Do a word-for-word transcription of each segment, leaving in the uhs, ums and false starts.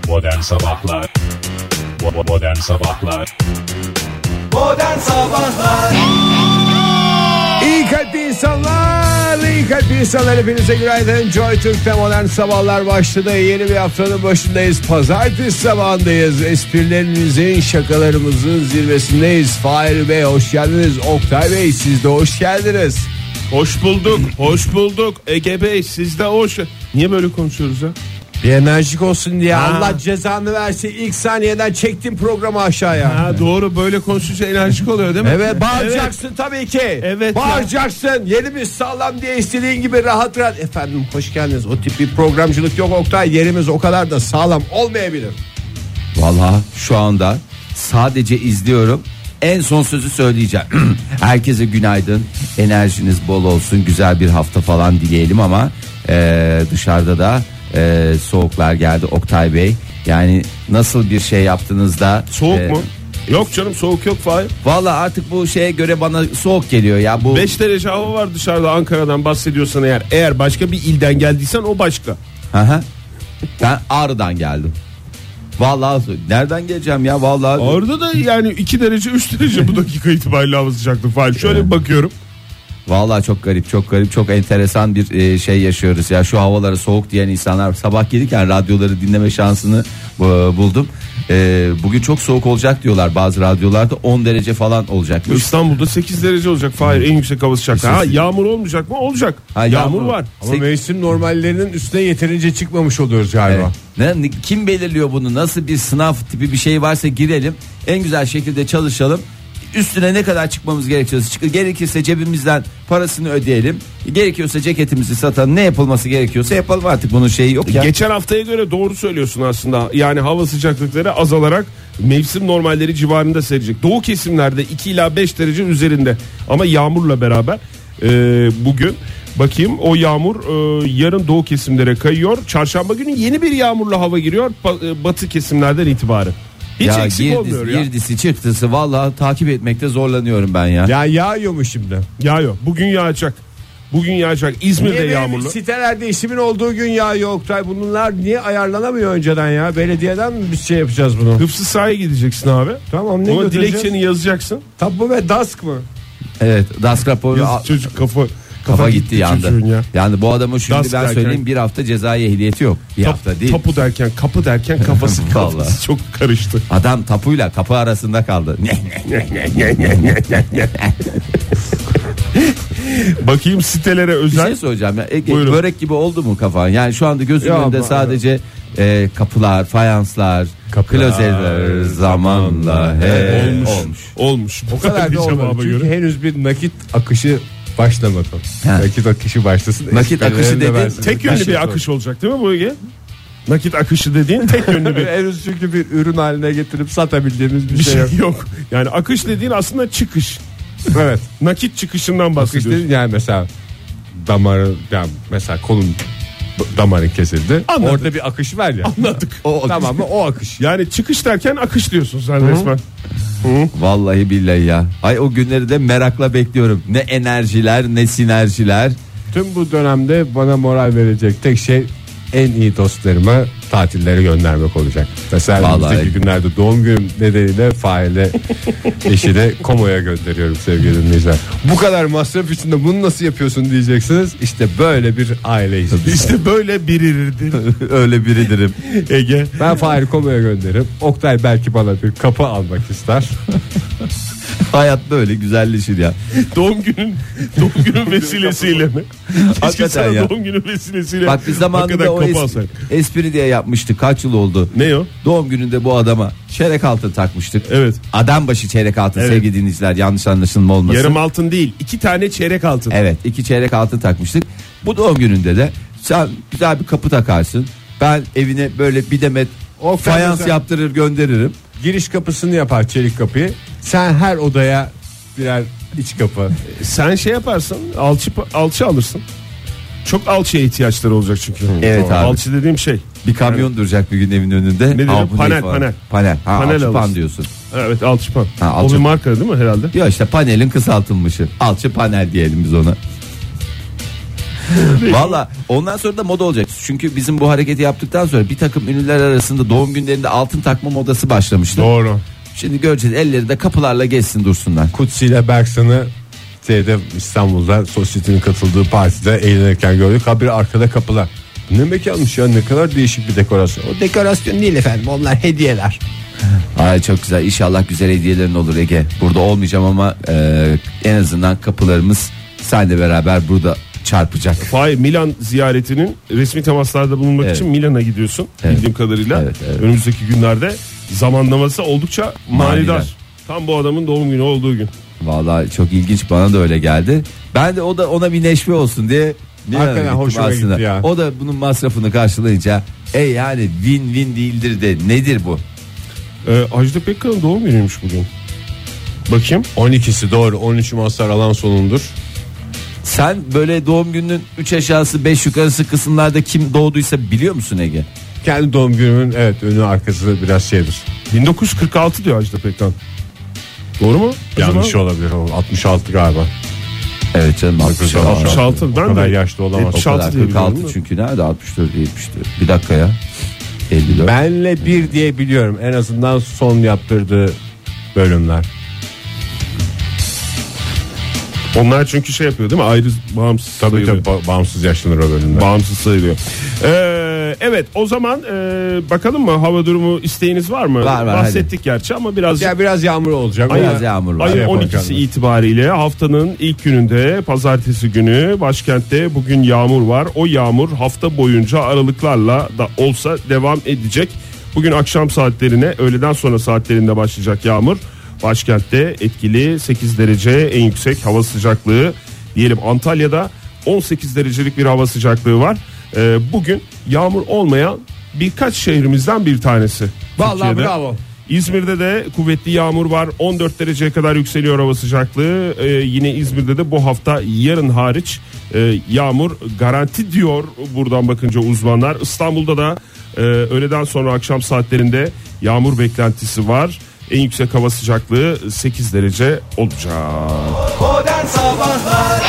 Modern Sabahlar Modern Sabahlar Modern Sabahlar İyi kalpli insanlar, iyi kalpli insanlar, hepinize günaydın. Joy Türk'te Modern Sabahlar başladı. Yeni bir haftanın başındayız. Pazartesi sabahındayız. Esprilerimizin, şakalarımızın zirvesindeyiz. Fahir Bey hoş geldiniz. Oktay Bey siz de hoş geldiniz. Hoş bulduk, hoş bulduk. Ege Bey siz de hoş. Niye böyle konuşuyoruz ya? Bir enerjik olsun diye Ha. Allah cezanı versin. İlk saniyeden çektim programı aşağıya. Ha, doğru, böyle konuşunca enerjik oluyor değil mi? Evet, bağıracaksın evet. Tabii ki. Evet. Bağıracaksın. Yerimiz sağlam diye istediğin gibi rahat rahat. Efendim hoş geldiniz. O tip bir programcılık yok Oktay. Yerimiz o kadar da sağlam olmayabilir. Vallahi şu anda sadece izliyorum. En son sözü söyleyeceğim. Herkese günaydın. Enerjiniz bol olsun. Güzel bir hafta falan dileyelim ama e, dışarıda da e, soğuklar geldi Oktay Bey. Yani nasıl bir şey yaptığınızda Soğuk e, mu? Yok canım, soğuk yok Fahir. Vallahi artık bu şeye göre bana soğuk geliyor ya. Bu beş derece hava var dışarıda, Ankara'dan bahsediyorsan eğer. Eğer başka bir ilden geldiysen o başka. Aha. Ben Ağrı'dan geldim. Vallahi nereden geleceğim ya vallahi. Orada da yani iki derece üç derece bu dakika itibariyle hava sıcaklığı Fahir. Şöyle bir bakıyorum. Vallahi çok garip, çok garip, çok enteresan bir e, şey yaşıyoruz ya. Şu havaları soğuk diyen insanlar, sabah gelirken radyoları dinleme şansını e, buldum. E, bugün çok soğuk olacak diyorlar bazı radyolarda, on derece falan olacakmış. İstanbul'da sekiz derece olacak Fahir, en yüksek hava sıcaklığı. Ha, yağmur olmayacak mı? Olacak. Ha, yağmur, yağmur var. Ama Sek- mevsim normallerinin üstüne yeterince çıkmamış oluyoruz galiba. Evet. Ne, kim belirliyor bunu? Nasıl bir sınav tipi bir şey varsa girelim. En güzel şekilde çalışalım. Üstüne ne kadar çıkmamız gerekiyorsa çık, gerekirse cebimizden parasını ödeyelim. Gerekiyorsa ceketimizi satalım. Ne yapılması gerekiyorsa yapalım, artık bunun şeyi yok ya. Geçen haftaya göre doğru söylüyorsun aslında. Yani hava sıcaklıkları azalarak mevsim normalleri civarında seyredecek. Doğu kesimlerde iki ila beş derece üzerinde. Ama yağmurla beraber e, bugün bakayım, o yağmur e, yarın doğu kesimlere kayıyor. Çarşamba günü yeni bir yağmurla hava giriyor ba- batı kesimlerden itibaren. Hiç Ya eksik girdisi, olmuyor ya. girdisi çıktısı vallahi takip etmekte zorlanıyorum ben ya. Ya yağıyor mu şimdi? Yağıyor. Bugün yağacak. Bugün yağacak. İzmir'de Niye yağmurlu. benim sitelerde ismin olduğu gün yağıyor Oktay? Bunlar niye ayarlanamıyor önceden ya? Belediyeden mi biz şey yapacağız bunu? Hıfzı sahaya gideceksin abi. Tamam, ne Ona götüreceğiz? dilekçeni yazacaksın. Tabu ve dask mı? Evet, DASK raporu Yazık çocuk kafa kafa gitti yandı. Ya. Yani bu adamın şimdi DASK ben derken- söyleyeyim, bir hafta cezai ehliyeti yok. Bir Tap- hafta değil. Tapu derken, kapı derken kafası, Vallahi. kafası çok karıştı. Adam tapuyla kapı arasında kaldı. Bakayım sitelere Bir özel. şey söyleyeceğim ya. Ege, Buyurun. börek gibi oldu mu kafan? Yani şu anda gözümün Ya önünde ama- sadece e, kapılar, fayanslar, Kapılar, klozetler zamanla he, olmuş. olmuş. Olmuş. O kadar da olmadı. Çünkü göre. henüz bir nakit akışı başlamadı. Ha. Nakit akışı başlasın. Nakit Esprilerini akışı de dedin, versin. Tek yönlü Kaç bir yıl akış olacak değil mi bu Ege? Nakit akışı dediğin tek yönlü bir, sonra. Henüz çünkü bir ürün haline getirip satabildiğimiz bir, bir şey şey yok. yok. Yani akış dediğin aslında çıkış. Evet. Nakit çıkışından Akış bahsediyoruz. dediğin yani mesela damarı, yani mesela kolun damarı kesildi. Anladık. Orada bir akış var ya. Anladık. O akış. Tamam mı? O akış. Yani çıkış derken akış diyorsun sen resmen. Vallahi billahi ya. Ay, o günleri de merakla bekliyorum. Ne enerjiler, ne sinerjiler. Tüm bu dönemde bana moral verecek tek şey en iyi dostlarıma tatilleri göndermek olacak. Mesela Vallahi. önümüzdeki günlerde doğum günüm nedeniyle Fahir'le eşini Komo'ya gönderiyorum sevgili dinleyiciler. Bu kadar masraf içinde bunu nasıl yapıyorsun diyeceksiniz. İşte böyle bir aileyiz. İşte böyle biririrdi Öyle biridirim. Ege. Ben Fahir'i Komo'ya gönderirim. Oktay belki bana bir kapı almak ister. Hayat böyle güzelleşir ya. Doğum günün doğum günün vesilesiyle mi? Keşke Hakikaten sana ya. doğum günü vesilesiyle. Bak biz zamanında hakikaten o kapı es- alsak. espri diye yapmıştık. Kaç yıl oldu? Ne o? Doğum gününde bu adama çeyrek altın takmıştık. Evet. Adam başı çeyrek altın, Evet. sevgili dinleyiciler, yanlış anlaşılma olmasın. Yarım altın değil, iki tane çeyrek altın. Evet, iki çeyrek altın takmıştık. Bu doğum gününde de sen güzel bir kapı takarsın. Ben evine böyle bir demet O fayans mesela- yaptırır gönderirim. Giriş kapısını yapar, çelik kapıyı. Sen her odaya birer iç kapı. Sen şey yaparsın, alçı alçı alırsın. Çok alçıya ihtiyaçları olacak çünkü. Evet abi. Alçı dediğim şey. Bir kamyon duracak bir gün evin önünde. Ne diyorum? Aa, bu Panel, ne falan. panel. Panel. Ha, Panel alçıpan alırsın. diyorsun. Evet, alçıpan. Ha, O alçı- bir marka değil mi herhalde? Ya işte panelin kısaltılmışı. Alçı panel diyelim biz ona. Valla ondan sonra da moda olacak. Çünkü bizim bu hareketi yaptıktan sonra bir takım ünlüler arasında doğum günlerinde altın takma modası başlamıştı. Doğru. Şimdi göreceğiz, elleri de kapılarla geçsin dursunlar. Kutsi ile Berksan'ı şeyde İstanbul'da Sosyete'nin katıldığı partide eğlenirken gördük. Habire arkada kapılar. Ne mekanmış ya, ne kadar değişik bir dekorasyon. O dekorasyon değil efendim, onlar hediyeler. Ay çok güzel, inşallah güzel hediyelerin olur Ege. Burada olmayacağım ama e, en azından kapılarımız seninle beraber burada çarpacak. Fahir, Milan ziyaretinin resmi temaslarda bulunmak Evet. için Milan'a gidiyorsun Evet. bildiğim kadarıyla. Evet, evet. Önümüzdeki günlerde zamanlaması oldukça Manidar. manidar. Tam bu adamın doğum günü olduğu gün. Vallahi çok ilginç, bana da öyle geldi. Ben de o da ona bir neşve olsun diye Milan'a Hakikaten gittim hoşuma aslında. gitti ya. O da bunun masrafını karşılayınca e yani win win değildir de nedir bu? Ee, Ajda Pekkan'ın doğum günüymüş bugün. Bakayım. on ikisi doğru, on üçü Mazhar Alanson'undur. Sen böyle doğum gününün üç aşağısı beş yukarısı kısımlarda kim doğduysa biliyor musun Ege? Kendi doğum günümün evet önü arkası biraz şeydir. bin dokuz yüz kırk altı diyor Ajda Pekkan. Doğru mu? Yanlış Acaba? olabilir o. altmış altı galiba. Evet canım altmış altı. altmış altı. O Ben kadar de yaşlı olamaz. O yetmiş kadar altı diye kırk altı biliyorum da. çünkü nerede altmış dört yetmiş dört. Bir dakika ya. elli dört. Benle bir diye biliyorum. En azından son yaptırdığı bölümler. Onlar çünkü şey yapıyor değil mi? Ayrı, bağımsız Tabii sayılıyor. tabii ba- bağımsız yaşlanır o bölümler. Bağımsız sayılıyor. Ee, evet, o zaman e, bakalım mı, hava durumu isteğiniz var mı? Var, var, Bahsettik gerçi ama biraz Ya biraz yağmur olacak. Biraz Ama- yağmur var. ayın Şey on yapalım ikisi kendine. itibariyle haftanın ilk gününde pazartesi günü başkentte bugün yağmur var. O yağmur hafta boyunca aralıklarla da olsa devam edecek. Bugün akşam saatlerine, öğleden sonra saatlerinde başlayacak yağmur. Başkentte etkili, sekiz derece en yüksek hava sıcaklığı diyelim. Antalya'da on sekiz derecelik bir hava sıcaklığı var. Ee, bugün yağmur olmayan birkaç şehrimizden bir tanesi. Vallahi Türkiye'de. bravo. İzmir'de de kuvvetli yağmur var. on dört dereceye kadar yükseliyor hava sıcaklığı. Ee, yine İzmir'de de bu hafta yarın hariç e, yağmur garanti diyor buradan bakınca uzmanlar. İstanbul'da da e, öğleden sonra akşam saatlerinde yağmur beklentisi var. En yüksek hava sıcaklığı sekiz derece olacak. Modern Sabahlar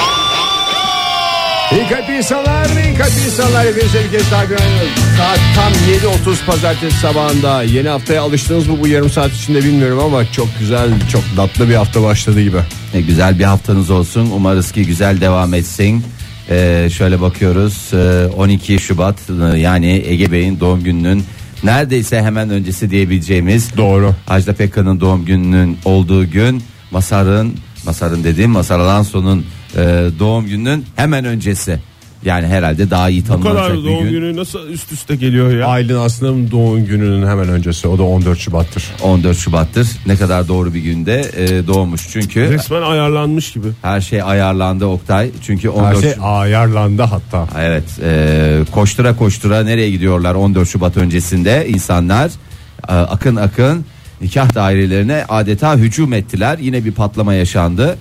İyi kalpli insanlar, iyi kalpli insanlar. Hepinize bir kez daha günaydın. Saat tam yedi otuz pazartesi sabahında. Yeni haftaya alıştınız mı bu yarım saat içinde bilmiyorum ama çok güzel, çok tatlı bir hafta başladı gibi. E, güzel bir haftanız olsun. Umarız ki güzel devam etsin. Ee, şöyle bakıyoruz. Ee, on iki Şubat e, yani Ege Bey'in doğum gününün neredeyse hemen öncesi diyebileceğimiz. Doğru. Ajda Pekkan'ın doğum gününün olduğu gün. Masar'ın Masar'ın dediğim Mazhar Alanson'un e, doğum gününün hemen öncesi. Yani herhalde daha iyi Bu tanınacak kadar bir doğum gün. günü nasıl üst üste geliyor ya? Aylin Aslı'nın doğum gününün hemen öncesi. O da on dört Şubat'tır. on dört Şubat'tır. Ne kadar doğru bir günde e, doğmuş çünkü. Resmen ayarlanmış gibi. Her şey ayarlandı Oktay. Çünkü on Her dört şey ayarlandı hatta. Evet, e, koştura koştura nereye gidiyorlar on dört Şubat öncesinde insanlar e, akın akın nikah dairelerine adeta hücum ettiler. Yine bir patlama yaşandı.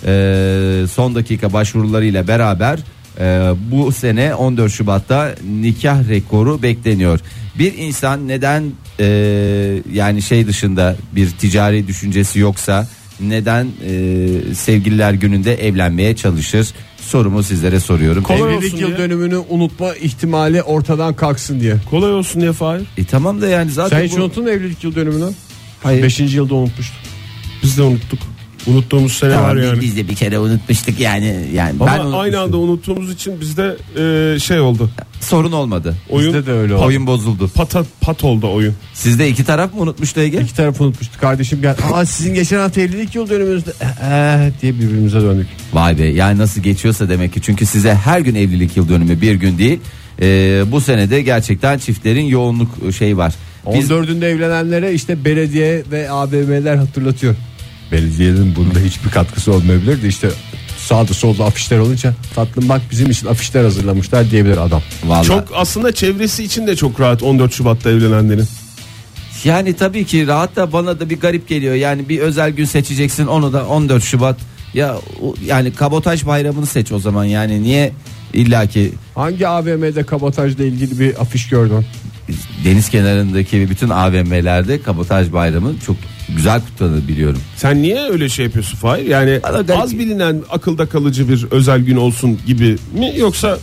E, son dakika başvurularıyla beraber e, bu sene on dört Şubat'ta nikah rekoru bekleniyor. Bir insan neden e, yani şey dışında bir ticari düşüncesi yoksa neden e, sevgililer gününde evlenmeye çalışır? Sorumu sizlere soruyorum. Kolay Evlilik olsun yıl diye. dönümünü unutma ihtimali ortadan kalksın diye. Kolay olsun diye Fahir. E tamam da yani zaten Sen hiç bu- unuttun mu evlilik yıl dönümünü? Hayır. beşinci yılda unutmuştum. Biz de unuttuk. Unuttuğumuz sene Tamam, var yani. biz de bir kere unutmuştuk yani yani Ama ben aynı unutmuştum. anda unuttuğumuz için bizde e, şey oldu. sorun olmadı. Oyun Bizde de öyle oldu. Oyun bozuldu. pata, pat oldu oyun. Sizde iki taraf mı unutmuştu Ege? İki taraf unutmuştu. Kardeşim gel. Aa sizin geçen hafta evlilik yıl dönümünüzde ee, diye birbirimize döndük. Vay be, yani nasıl geçiyorsa demek ki, çünkü size her gün evlilik yıl dönümü, bir gün değil. Ee, bu senede gerçekten çiftlerin yoğunluk şey var. Biz on dördünde evlenenlere işte belediye ve A V M'ler hatırlatıyor. Belediyenin bunda hiçbir katkısı olmayabilir de işte sağda solda afişler olunca tatlım bak bizim için afişler hazırlamışlar diyebilir adam. vallahi Çok aslında çevresi için de çok rahat on dört Şubat'ta evlenenlerin. yani tabii ki rahat da bana da bir garip geliyor. Yani bir özel gün seçeceksin, onu da on dört Şubat. Ya o- yani kabotaj bayramını seç o zaman, yani niye illaki Hangi A V M'de kabotajla ilgili bir afiş gördün? deniz kenarındaki bütün A V M'lerde kabotaj bayramı çok güzel kutlanır biliyorum. Sen niye öyle şey yapıyorsun Fahir? Yani Bana garip- az bilinen akılda kalıcı bir özel gün olsun gibi mi, yoksa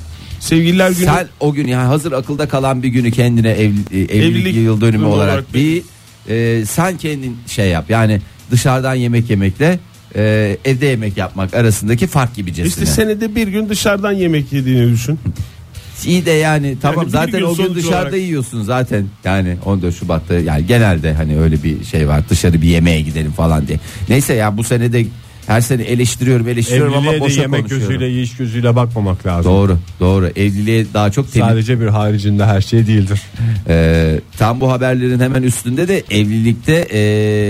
Sevgililer günü. Sen o gün yani hazır akılda kalan bir günü kendine evli, evlilik, Evlilik yıl dönümü olarak olarak bir e, sen kendin şey yap. Yani dışarıdan yemek yemekle e, evde yemek yapmak arasındaki fark gibicesine. İşte senede bir gün dışarıdan yemek yediğini düşün. İyi de yani tamam Yani bir zaten gün o gün sonuç dışarıda olarak- yiyorsun zaten. Yani on dört Şubat'ta yani genelde hani öyle bir şey var. Dışarı bir yemeğe gidelim falan diye. Neyse ya bu sene de her sene eleştiriyorum eleştiriyorum ama Evliliğe de boşa yemek konuşuyorum. gözüyle, yiyiş gözüyle bakmamak lazım. Doğru doğru evliliğe daha çok temiz. Sadece bir haricinde her şey değildir. Ee, tam bu haberlerin hemen üstünde de evlilikte e,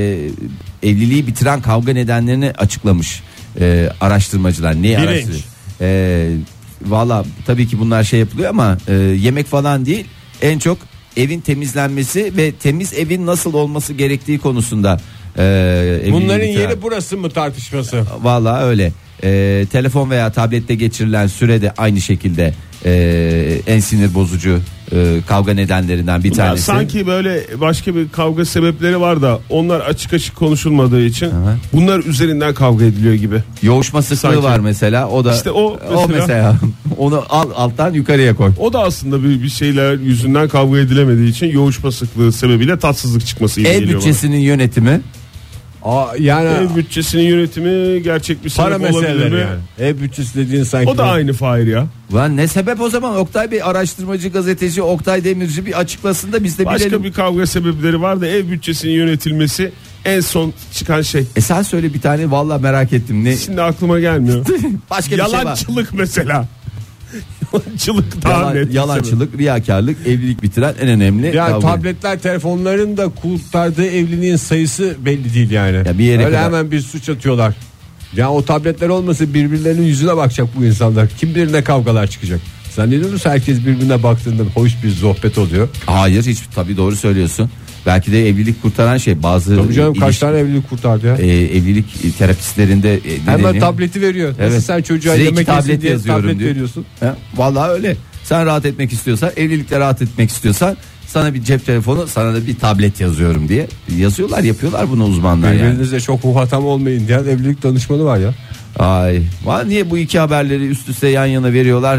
evliliği bitiren kavga nedenlerini açıklamış e, araştırmacılar. Neyi Bilinç. araştırıyor? E, Valla tabii ki bunlar şey yapılıyor ama e, yemek falan değil, en çok evin temizlenmesi ve temiz evin nasıl olması gerektiği konusunda. E, evliliği Bunların bitiren- yeri burası mı tartışması? Valla öyle. Ee, telefon veya tablette geçirilen süre de aynı şekilde e, en sinir bozucu e, kavga nedenlerinden bir Bunlar tanesi. sanki böyle başka bir kavga sebepleri var da onlar açık açık konuşulmadığı için Aha. bunlar üzerinden kavga ediliyor gibi. Yoğuşma sıklığı Sanki. var mesela. O da İşte o o mesela. mesela onu al alttan yukarıya koy. O da aslında bir, bir şeyler yüzünden kavga edilemediği için yoğuşma sıklığı sebebiyle tatsızlık çıkması gibi Ev geliyor bütçesinin yönetimi. Aa, yani bana. Ev bütçesinin yönetimi gerçek bir para sebep olabilir meseleleri mi? yani. Ev bütçesi dediğin sanki. O da aynı Fahir ya. Lan ne sebep o zaman? Oktay Bey, araştırmacı gazeteci Oktay Demirci bir açıklasın da biz de Başka bilelim. bir kavga sebepleri var da ev bütçesinin yönetilmesi en son çıkan şey. E sen söyle bir tane, valla merak ettim. Ne? Şimdi aklıma gelmiyor. Başka bir şey var. Yalancılık mesela. Yalancılık daha Yalan, net. yalancılık, riyakarlık, evlilik bitiren en önemli Yani kavga. tabletler, telefonların da kurtardığı evliliğin sayısı belli değil yani. Ya bir yere Öyle kadar. hemen bir suç atıyorlar. Ya o tabletler olmasa birbirlerinin yüzüne bakacak bu insanlar. Kim bilir ne kavgalar çıkacak. Zannediyor musun herkes birbirine baktığında hoş bir sohbet oluyor. Hayır, hiç, tabii doğru söylüyorsun. Belki de evlilik kurtaran şey bazı Tabii canım, kaç ilişki- tane evlilik kurtardı ya. e, evlilik terapistlerinde e, Hemen deneniyor. tableti veriyor. Nasıl Evet. sen çocuğa Size iki yemek tablet yesin diye yazıyorum tablet diyor. veriyorsun. Ha, vallahi öyle. Sen rahat etmek istiyorsan, evlilikte rahat etmek istiyorsan sana bir cep telefonu, sana da bir tablet yazıyorum diye yazıyorlar, yapıyorlar bunu uzmanlar yani. Birbirinizle çok uhatam olmayın diye evlilik danışmanı var ya. Ay, va- niye bu iki haberleri üst üste yan yana veriyorlar?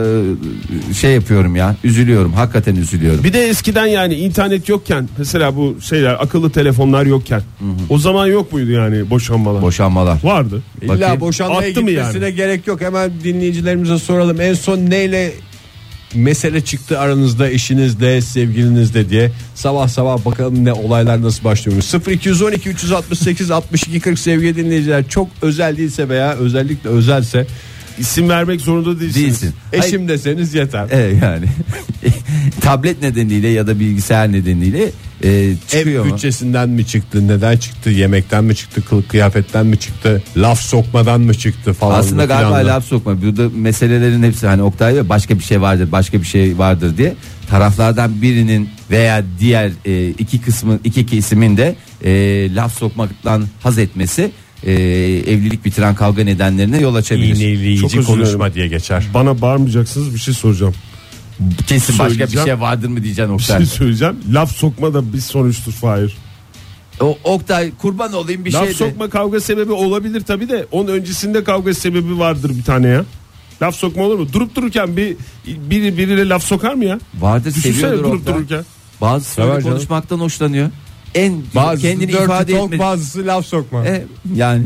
Ee, şey yapıyorum ya, üzülüyorum, hakikaten üzülüyorum. Bir de eskiden yani internet yokken mesela bu şeyler akıllı telefonlar yokken o zaman yok muydu yani boşanmalar? Boşanmalar. Vardı. İlla Bakayım. boşanmaya Attı mı gitmesine yani? gerek yok. Hemen dinleyicilerimize soralım. En son neyle mesele çıktı aranızda, eşinizde, sevgilinizde diye. Sabah sabah bakalım ne olaylar nasıl başlıyormuş. sıfır iki on iki üç altı sekiz altmış iki kırk sevgili dinleyiciler. Çok özel değilse veya özellikle özelse İsim vermek zorunda değilsiniz. Değilsin. eşim deseniz yeter. Evet yani tablet nedeniyle ya da bilgisayar nedeniyle e, çıkıyor Ev mu? bütçesinden mi çıktı, neden çıktı, yemekten mi çıktı, kılık kıyafetten mi çıktı, laf sokmadan mı çıktı falan. Aslında galiba filan da. laf sokma. Burada meselelerin hepsi hani Oktay ve başka bir şey vardır, başka bir şey vardır diye taraflardan birinin veya diğer e, iki kısmın iki kesimin de e, laf sokmaktan haz etmesi e, evlilik bitiren kavga nedenlerine yol açabilir. Çok İğneleyici özür konuşma dilerim. diye geçer. Bana bağırmayacaksınız, bir şey soracağım. Kesin başka bir Söyleyeceğim. şey vardır mı diyeceksin Bir Oktay. şey söyleyeceğim. Laf sokma da bir sonuçtur Fahir. O, Oktay kurban olayım bir Laf şey de. sokma kavga sebebi olabilir tabii de onun öncesinde kavga sebebi vardır bir tane ya. Laf sokma olur mu? Durup dururken bir biri biriyle laf sokar mı ya? Vardır, Düşünsene seviyordur durup Oktay. dururken. Bazısı Evet öyle canım. konuşmaktan hoşlanıyor. En Bazısı kendini dirty ifade talk, etme. bazısı laf sokma. E, yani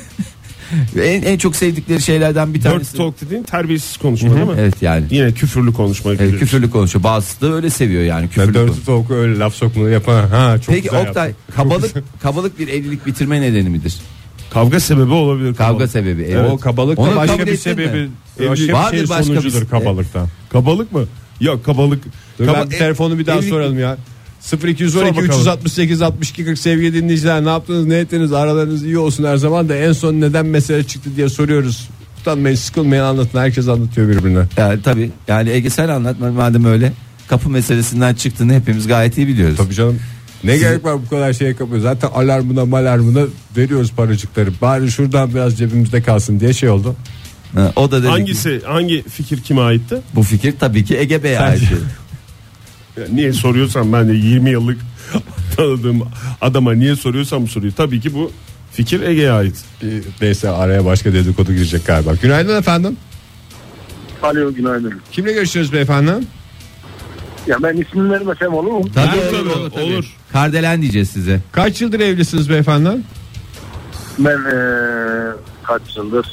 en, en çok sevdikleri şeylerden bir Dirt tanesi. talk dediğin terbiyesiz konuşma değil mi? Evet yani. Yine küfürlü konuşma. Evet, gibi. küfürlü konuşuyor. Bazısı da öyle seviyor yani Ben küfürlü. dirty konuş- talk'u öyle laf sokma yapan. Ha çok Peki güzel Oktay, yaptın. kabalık kabalık bir evlilik bitirme nedeni midir? Kavga sebebi olabilir. Kavga kabalık. sebebi. O Evet. kabalık Onu da başka kabul bir ettin mi? sebebi. Evlilik- Başka bir Vardır şey başka bir- sonucudur kabalıktan. Kabalık mı? Yok kabalık. Dur Kaba- ben bir telefonu bir daha evlilik- soralım ya. sıfır iki on Sor iki bakalım. üç altı sekiz altmış iki kırk sevgili dinleyiciler, ne yaptınız, ne ettiniz, aralarınız iyi olsun her zaman da en son neden mesele çıktı diye soruyoruz. Utanmayın, sıkılmayın, anlatın, herkes anlatıyor birbirine. Yani, tabii yani Ege sen anlat madem öyle. Kapı meselesinden çıktığını hepimiz gayet iyi biliyoruz. Tabii canım, ne gerek var bu kadar şeye kapıyor, zaten alarmına malarmına veriyoruz paracıkları, bari şuradan biraz cebimizde kalsın diye şey oldu. Ha, o da dedi ki, Hangisi hangi fikir kime aitti? bu fikir tabii ki Ege Bey'e ait. Ya niye soruyorsan ben de yirmi yıllık tanıdığım adama niye soruyorsam bu soruyu. Tabii ki bu fikir Ege'ye ait. Ee, Neyse, araya başka dedikodu girecek galiba. Günaydın efendim. Alo, günaydın. Kimle görüşüyoruz beyefendi? Ya ben ismini vermesem olur mu? Tabii, Tabii, olur, tabii, olur, tabii. olur. Kardelen diyeceğiz size. Kaç yıldır evlisiniz beyefendi? Ben ee, kaç yıldır?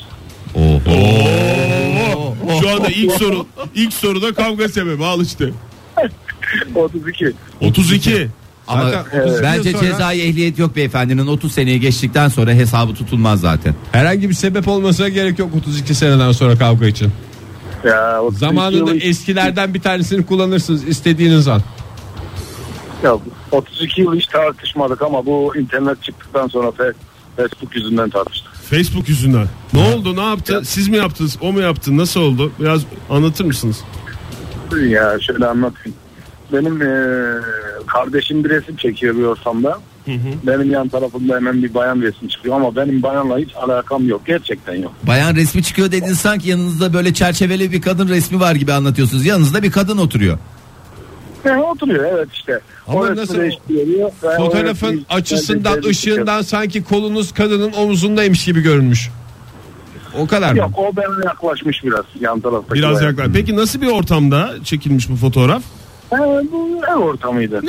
Oo. Şu anda ilk soru ilk soruda kavga sebebi al işte. otuz iki. otuz iki. Ama Zaten otuz yıl bence sonra- cezai ehliyet yok beyefendinin. otuz seneyi geçtikten sonra hesabı tutulmaz zaten. Herhangi bir sebep olmasına gerek yok otuz iki seneden sonra kavga için. Ya, otuz iki Zamanında yıl- eskilerden bir tanesini kullanırsınız istediğiniz an. Ya, otuz iki yıl hiç tartışmadık ama bu internet çıktıktan sonra fe- Facebook yüzünden tartıştık. Facebook yüzünden. Ne oldu? Ne yaptı? Siz mi yaptınız? O mu yaptı? Nasıl oldu? Biraz anlatır mısınız? Ya şöyle anlatayım. Benim ee, kardeşim bir resim çekiyor bir ortamda. Hı hı. Benim yan tarafımda hemen bir bayan resmi çıkıyor ama benim bayanla hiç alakam yok. Gerçekten yok. Bayan resmi çıkıyor dedin, sanki yanınızda böyle çerçeveli bir kadın resmi var gibi anlatıyorsunuz. Yanınızda bir kadın oturuyor. Yani oturuyor evet işte. Ama O resmi nasıl değiştiriyor. Ben o Fotoğrafın resmi- açısından, ben de- ışığından sanki kolunuz kadının omuzundaymış gibi görünmüş. O kadar mı? Yok, o bana yaklaşmış biraz yan taraftaki. Biraz bayan. yaklaş. Peki nasıl bir ortamda çekilmiş bu fotoğraf? He, bu ev ortamıydı.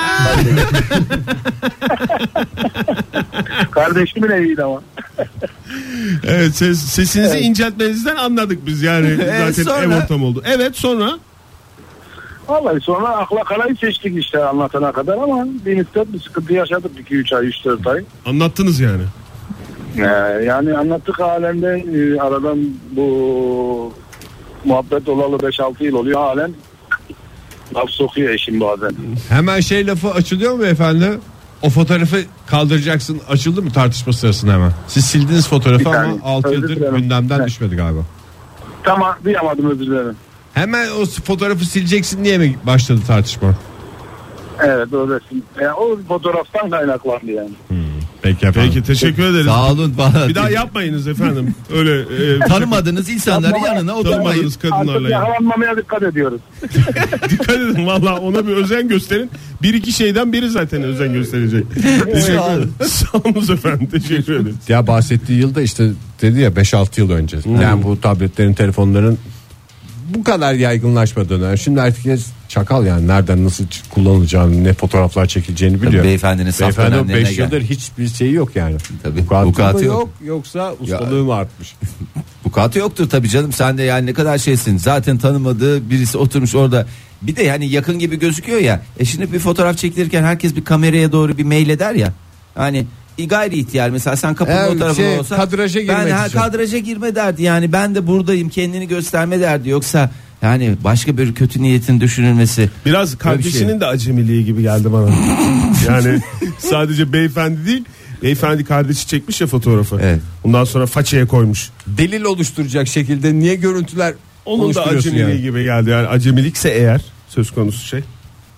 Kardeşimin eviydi ama. Evet, ses, sesinizi inceltmenizden anladık biz yani zaten sonra? ev ortamı oldu. Evet, sonra Vallahi sonra akla karayı seçtik işte anlatana kadar ama bir müddet bir sıkıntı yaşadık iki üç ay üç dört ay. anlattınız yani. Ee, yani anlattık alemde e, aradan bu muhabbet olalı beş altı yıl oluyor halen laf sokuyor eşim bazen. Hemen şey lafı açılıyor mu beyefendi? O fotoğrafı kaldıracaksın, açıldı mı tartışma sırasında hemen? Siz sildiniz fotoğrafı Bir ama saniye, altı özür yıldır dilerim. gündemden Evet. düşmedi galiba. Tamam duyamadım özür dilerim. Hemen o fotoğrafı sileceksin diye mi başladı tartışma? Evet o resim. Yani o fotoğraftan kaynaklandı yani. Peki efendim. Peki, teşekkür ederiz. Sağ olun bana. Bir daha yapmayınız efendim. Öyle e, Tanımadığınız insanları Yapmama- yanına oturmayın. tanımadığınız kadınlarla Artık yani. yakalanmamaya dikkat ediyoruz. Dikkat edin valla, ona bir özen gösterin. Bir iki şeyden biri zaten özen gösterecek. Teşekkür ederim. Sağ olun efendim, teşekkür ederiz. Ya bahsettiği yılda işte dedi ya beş altı yıl önce. Yani bu tabletlerin, telefonların bu kadar yaygınlaşmadığını. Şimdi herkes çakal yani nereden nasıl kullanılacağını, ne fotoğraflar çekileceğini biliyor. Beyefendinin saf Beyefendi o dönemlerine beş gel. yıldır hiçbir şeyi yok yani. Tabii, Vukuatı vukuatı mı yok. yok yoksa ustalığı mı artmış? Vukuatı yoktur tabii canım, sen de yani ne kadar şeysin. Zaten tanımadığı birisi oturmuş orada. Bir de yani yakın gibi gözüküyor ya. E şimdi bir fotoğraf çekilirken herkes bir kameraya doğru bir mail eder ya. Hani gayri ihtiyar mesela sen kapının Evet, o tarafında şey, olsa kadraja girmek ben ha, için. kadraja girme derdi, yani ben de buradayım kendini gösterme derdi, yoksa yani başka bir kötü niyetin düşünülmesi. Biraz kardeşinin şey. de acemiliği gibi geldi bana. Yani sadece beyefendi değil, beyefendi kardeşi çekmiş ya fotoğrafı. Evet. Ondan sonra façaya koymuş. Delil oluşturacak şekilde niye görüntüler Onun da oluşturuyorsun acemiliği yani? gibi geldi. Yani acemilikse eğer söz konusu şey.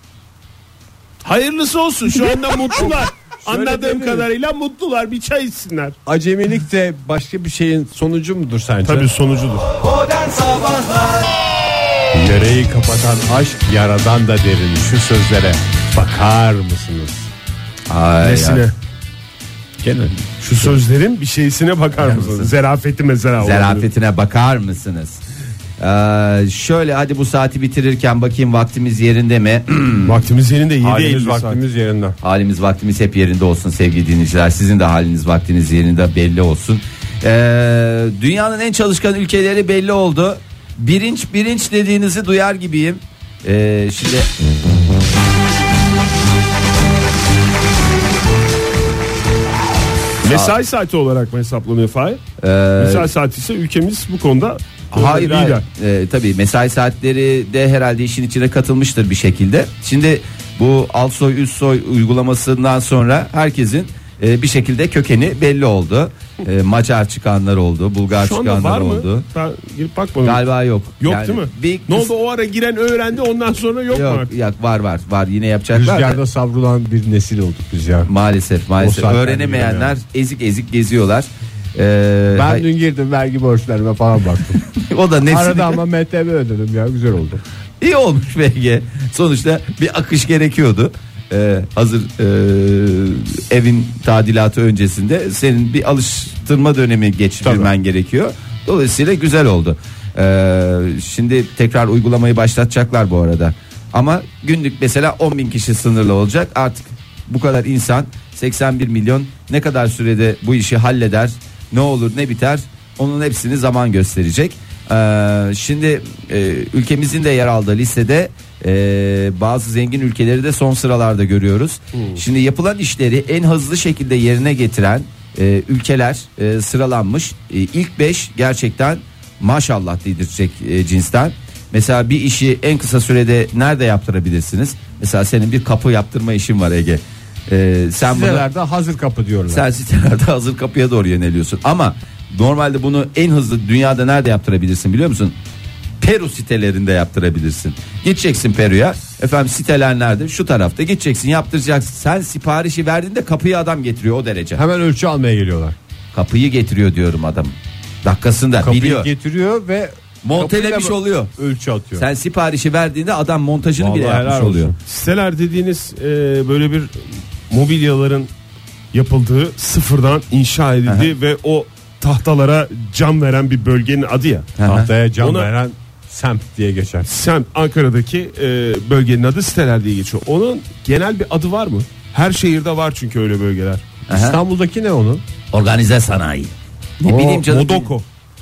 Hayırlısı olsun, şu anda mutlular. Anladığım değil mi? kadarıyla mutlular, bir çay içsinler. Acemilik de başka bir şeyin sonucu mudur sence? Tabii sonucudur. Modern Sabahlar Yareyi kapatan aşk yaradan da derin. Şu sözlere bakar mısınız? Ay, Nesine? ay. Gene. Şu sözlerin bir şeysine bakar mısınız? Zerafeti mesela. olabilir. Zarafetine bakar mısınız? Ee, şöyle hadi bu saati bitirirken bakayım vaktimiz yerinde mi? Vaktimiz yerinde, yedi Halimiz Eylül saat. vaktimiz yerinde. Halimiz vaktimiz hep yerinde olsun sevgili dinleyiciler. Sizin de haliniz vaktiniz yerinde belli olsun. Ee, dünyanın en çalışkan ülkeleri belli oldu. Birinç birinç dediğinizi duyar gibiyim. Ee, şimdi Mesai saati olarak mı hesaplanıyor Fahir? Ee, Mesai saati ise ülkemiz bu konuda Hayır, hayır. lider. Ee, tabii mesai saatleri de herhalde işin içine katılmıştır bir şekilde. Şimdi bu alt soy üst soy uygulamasından sonra herkesin e, bir şekilde kökeni belli oldu. E, Macar çıkanlar oldu, Bulgar Şu anda var çıkanlar mı? oldu. Ben girip bakmadım. Galiba yok. Yok Yani değil mi? Bir Ne kıs- oldu, o ara giren öğrendi, ondan sonra yok, mu Yok, artık? yok, var var var yine yapacaklar. da. Rüzgarda savrulan bir nesil olduk biz ya. Maalesef O maalesef saatten öğrenemeyenler giren ezik ezik geziyorlar. Ee, Ben hay- dün girdim vergi borçlarıma falan baktım. o da nefsini Arada ama M T V ödedim ya, güzel oldu. İyi olmuş B G. Sonuçta bir akış gerekiyordu. Ee, hazır e, evin tadilatı öncesinde senin bir alıştırma dönemi geçirmen gerekiyor. Dolayısıyla güzel oldu. Ee, şimdi tekrar uygulamayı başlatacaklar bu arada. Ama günlük mesela on bin kişi sınırlı olacak. Artık bu kadar insan, seksen bir milyon ne kadar sürede bu işi halleder, ne olur ne biter, onun hepsini zaman gösterecek. Ee, şimdi e, ülkemizin de yer aldığı listede e, bazı zengin ülkeleri de son sıralarda görüyoruz. Hmm. Şimdi yapılan işleri en hızlı şekilde yerine getiren e, ülkeler e, sıralanmış. E, ilk beş gerçekten maşallah dedirtecek e, cinsten. Mesela bir işi en kısa sürede nerede yaptırabilirsiniz? Mesela senin bir kapı yaptırma işin var Ege. Ee, sen sitelerde bunu, hazır kapı diyorlar. Sen sitelerde hazır kapıya doğru yöneliyorsun. Ama normalde bunu en hızlı dünyada nerede yaptırabilirsin biliyor musun? Peru sitelerinde yaptırabilirsin. Gideceksin Peru'ya. Efendim siteler nerede? Şu tarafta. Gideceksin, yaptıracaksın. Sen siparişi verdiğinde kapıyı adam getiriyor o derece. Hemen ölçü almaya geliyorlar. Kapıyı getiriyor diyorum adam. Dakikasında kapıyı biliyor. getiriyor ve montelemiş oluyor. Ölçü atıyor. Sen siparişi verdiğinde adam montajını vallahi bile yapmış oluyor. Siteler dediğiniz e, böyle bir mobilyaların yapıldığı, sıfırdan inşa edildiği Aha. ve o tahtalara cam veren bir bölgenin adı ya. Aha. Tahtaya cam Ona, veren semt diye geçer. Semt, Ankara'daki e, bölgenin adı siteler diye geçiyor. Onun genel bir adı var mı? Her şehirde var çünkü öyle bölgeler. Aha. İstanbul'daki ne onun? Organize sanayi. Ne o, bileyim canım. Modoko.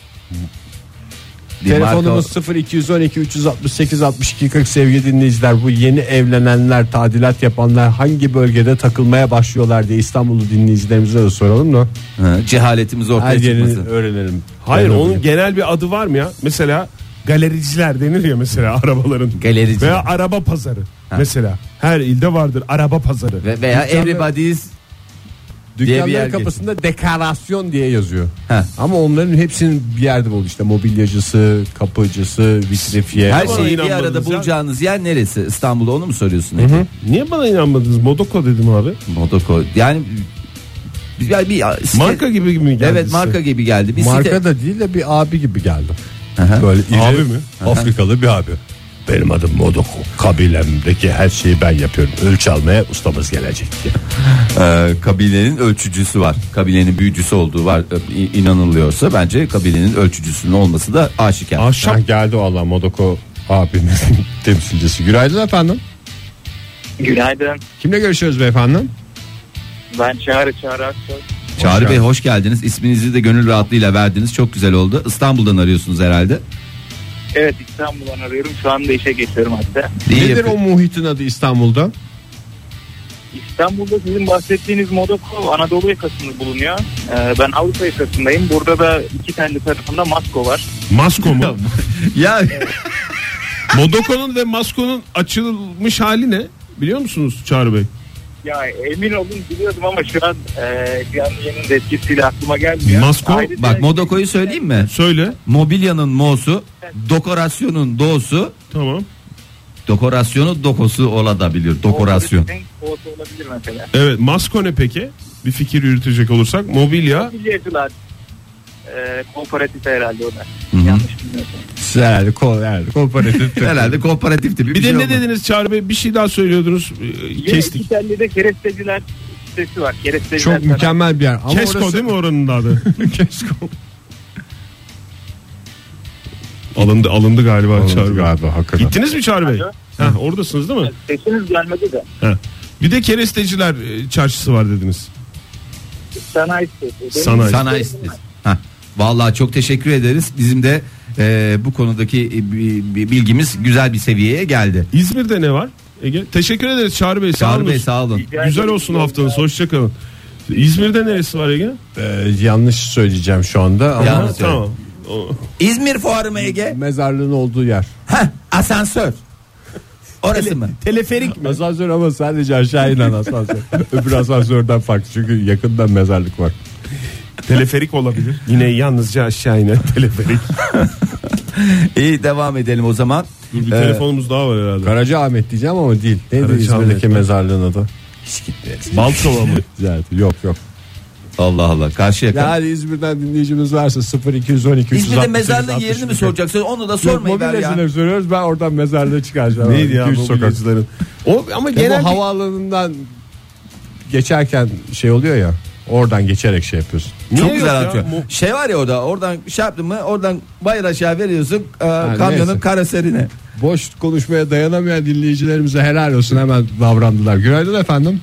Telefonumuz sıfır iki on iki üç altı sekiz altmış iki kırk sevgili dinleyiciler. Bu yeni evlenenler, tadilat yapanlar hangi bölgede takılmaya başlıyorlar diye İstanbullu dinleyicilerimize de soralım da. Ha, cehaletimiz ortaya çıkmasın. Öğrenelim. Hayır, onun öğrenelim. Genel bir adı var mı ya? Mesela galericiler denir ya mesela arabaların. Galerici. Veya araba pazarı. Ha. Mesela her ilde vardır araba pazarı. Ve veya everybody's dükkanların kapısında geçin. Dekorasyon diye yazıyor. Heh. Ama onların hepsinin bir yerde bol işte mobilyacısı, kapıcısı, vitrifiye. Her şeyi bir arada bulacağınız yer neresi? İstanbul'da onu mu soruyorsun? Hı hı. Niye bana inanmadınız? Modoko dedim abi. Modoko. Yani bir, bir site... marka gibi mi geldi? Evet, marka gibi geldi. Bir marka site... da değil de bir abi gibi geldi. Aha. Böyle iri, abi mi? Afrikalı bir abi. Benim adım Modoko. Kabilemdeki her şeyi ben yapıyorum. Ölçü almaya ustamız gelecek diye. Ee, kabilenin ölçücüsü var. Kabilenin büyücüsü olduğu var. Ee, inanılıyorsa bence kabilenin ölçücüsünün olması da aşikar. Ahşap geldi valla Modoko abimizin temsilcisi. Günaydın efendim. Günaydın. Kimle görüşüyoruz beyefendi? Ben Çağrı Çağrı Aksoy. Çağrı Bey hoş geldiniz. İsminizi de gönül rahatlığıyla verdiniz. Çok güzel oldu. İstanbul'dan arıyorsunuz herhalde. Evet, İstanbul'dan arıyorum. Şu anda işe geçiyorum hatta. Nedir o muhitin adı İstanbul'da? İstanbul'da sizin bahsettiğiniz Modoko Anadolu yakasında bulunuyor. Ee, ben Avrupa yakasındayım. Burada da iki tane tarafında Masko var. Masko mu? Ya Modoko'nun ve Masko'nun açılmış hali ne? Biliyor musunuz Çağrı Bey? Ya emin olun biliyordum ama şu an e, canlı yayının etkisiyle aklıma gelmiyor. Masko, ayrıca bak Modoko'yu söyleyeyim mi? Söyle. Mobilyanın mo'su, dekorasyonun do'su. Tamam. Dekorasyonu dokusu olabilir. Dekorasyon. O olabilir mesela. Evet, Masko ne peki? Bir fikir yürütecek olursak mobilya. Mobilyacılar. E, kooperatif herhalde o da. Hı-hı. Yanlış bilmiyorsam. Herhalde, ko, herhalde kooperatif. Herhalde kooperatif tipi bir, bir şey de ne olmadı. dediniz Çağrı Bey? Bir şey daha söylüyordunuz. Ee, kestik. İki tane de keresteciler sitesi var. Keresteciler çok sana. mükemmel bir yer. Ama Kesko orası... değil mi oranın adı? Kesko. alındı alındı galiba Alındı Çağrı Bey. galiba, hakikaten. Gittiniz mi Çağrı Bey? Alo. Heh, oradasınız değil mi? Sesiniz gelmedi de. Heh. Bir de keresteciler e, çarşısı var dediniz. Sanayi sitesi. Sanayi. Sanayi sitesi. Heh. Vallahi çok teşekkür ederiz. Bizim de e, bu konudaki e, bilgimiz güzel bir seviyeye geldi. İzmir'de ne var? Ege? Teşekkür ederiz Çağrı Bey. Sağ Çağrı olun. Bey sağ olun. Güzel olsun haftanız. Hoşçakalın. İzmir'de neresi var Ege? Ee, yanlış söyleyeceğim şu anda ama Yanlış. Tamam. O- İzmir Fuarı mı Ege? mezarlığın olduğu yer. Heh, asansör. Orası mı? Teleferik mi? Asansör ama sadece aşağı inen asansör. Öbür asansörden farklı çünkü yakında mezarlık var. Teleferik olabilir. Yine yalnızca aşağı inen teleferik. İyi devam edelim o zaman. Dur, bir Ee, telefonumuz daha var herhalde. Karacaahmet diyeceğim ama değil. Neydi Karacaahmet İzmir'deki mi? mezarlığın adı? Hiç gitti. Balçova mı? Güzel. Yok yok. Allah Allah karşı yakın. Yani İzmir'den dinleyicimiz varsa sıfır iki on iki İzmir'de mezarlığın yerini mi soracaksın? Onu da sormayın ver ya. Mobilyacıları soruyoruz, ben oradan mezarlığı çıkaracağım. Neydi ya iki üç sokak. mobilyacıların? O ama Ya genel bu havaalanından geçerken şey oluyor ya. Oradan geçerek şey yapıyorsun. Çok Niye güzel yok ya? atıyor. Mo- Şey var ya orada, oradan şey yaptın mı, oradan bayır aşağı veriyorsun e, kamyonun neyse. karoserine. Boş konuşmaya dayanamayan dinleyicilerimize helal olsun, hemen davrandılar. Günaydın efendim.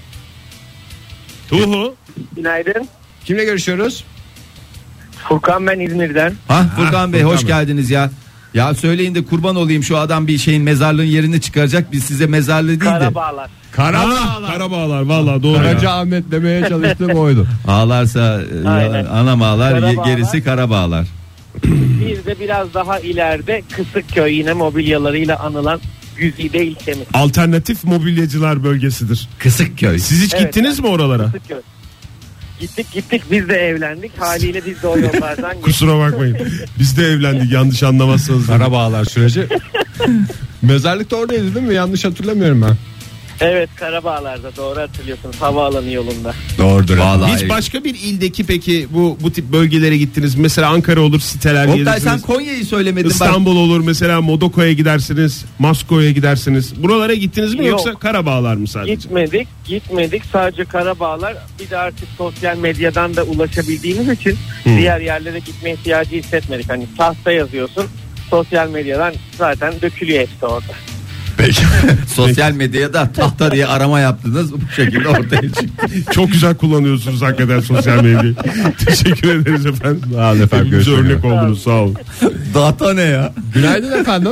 Tuhu. Günaydın. Kimle görüşüyoruz? Furkan, ben İzmir'den. Ha Furkan Bey, Furkan hoş Bey. geldiniz ya. Ya söyleyin de kurban olayım, şu adam bir şeyin mezarlığın yerini çıkaracak, biz size mezarlığı değil de. Karabağlar. Karabağlar. Karabağlar valla doğru. Karaca ya. Ahmet demeye çalıştığım oydu. Ağlarsa e, Aynen. anam ağlar, ye- Karabağlar. gerisi kara bağlar. Bir de biraz daha ileride Kısıkköy, yine mobilyalarıyla anılan güzide ilçemiz. Alternatif mobilyacılar bölgesidir. Kısıkköy. Siz hiç Evet, gittiniz mi oralara? Kısıkköy. Gittik gittik biz de evlendik. Haliyle biz de o yollardan geçtik. Kusura bakmayın. Biz de evlendik, yanlış anlamazsanız. Karabağlar süreci. Mezarlık da oradaydı değil mi? Yanlış hatırlamıyorum ben. Evet, Karabağlar'da, doğru hatırlıyorsunuz, havaalanı yolunda. Doğrudur. Vallahi. Hiç başka bir ildeki peki bu bu tip bölgelere gittiniz? Mesela Ankara olur, siteler Oktay, sen gelirsiniz. Konya'yı söylemedin. Bak. İstanbul olur mesela, Modoko'ya gidersiniz, Masko'ya gidersiniz. Buralara gittiniz mi Yok. yoksa Karabağlar mı sadece? Gitmedik, gitmedik. Sadece Karabağlar. Bir de artık sosyal medyadan da ulaşabildiğimiz için diğer yerlere gitme ihtiyacı hissetmedik. Hani tahta yazıyorsun, sosyal medyadan zaten dökülüyor hepsi orada. Peki. Sosyal medyada tahta diye arama yaptınız, bu şekilde ortaya çıktı. Çok güzel kullanıyorsunuz hakikaten sosyal medyayı. Teşekkür ederiz efendim. Sağ olun efendim, Hepimize görüşmek örnek oldunuz, sağ olun. Data ne ya? Günaydın efendim.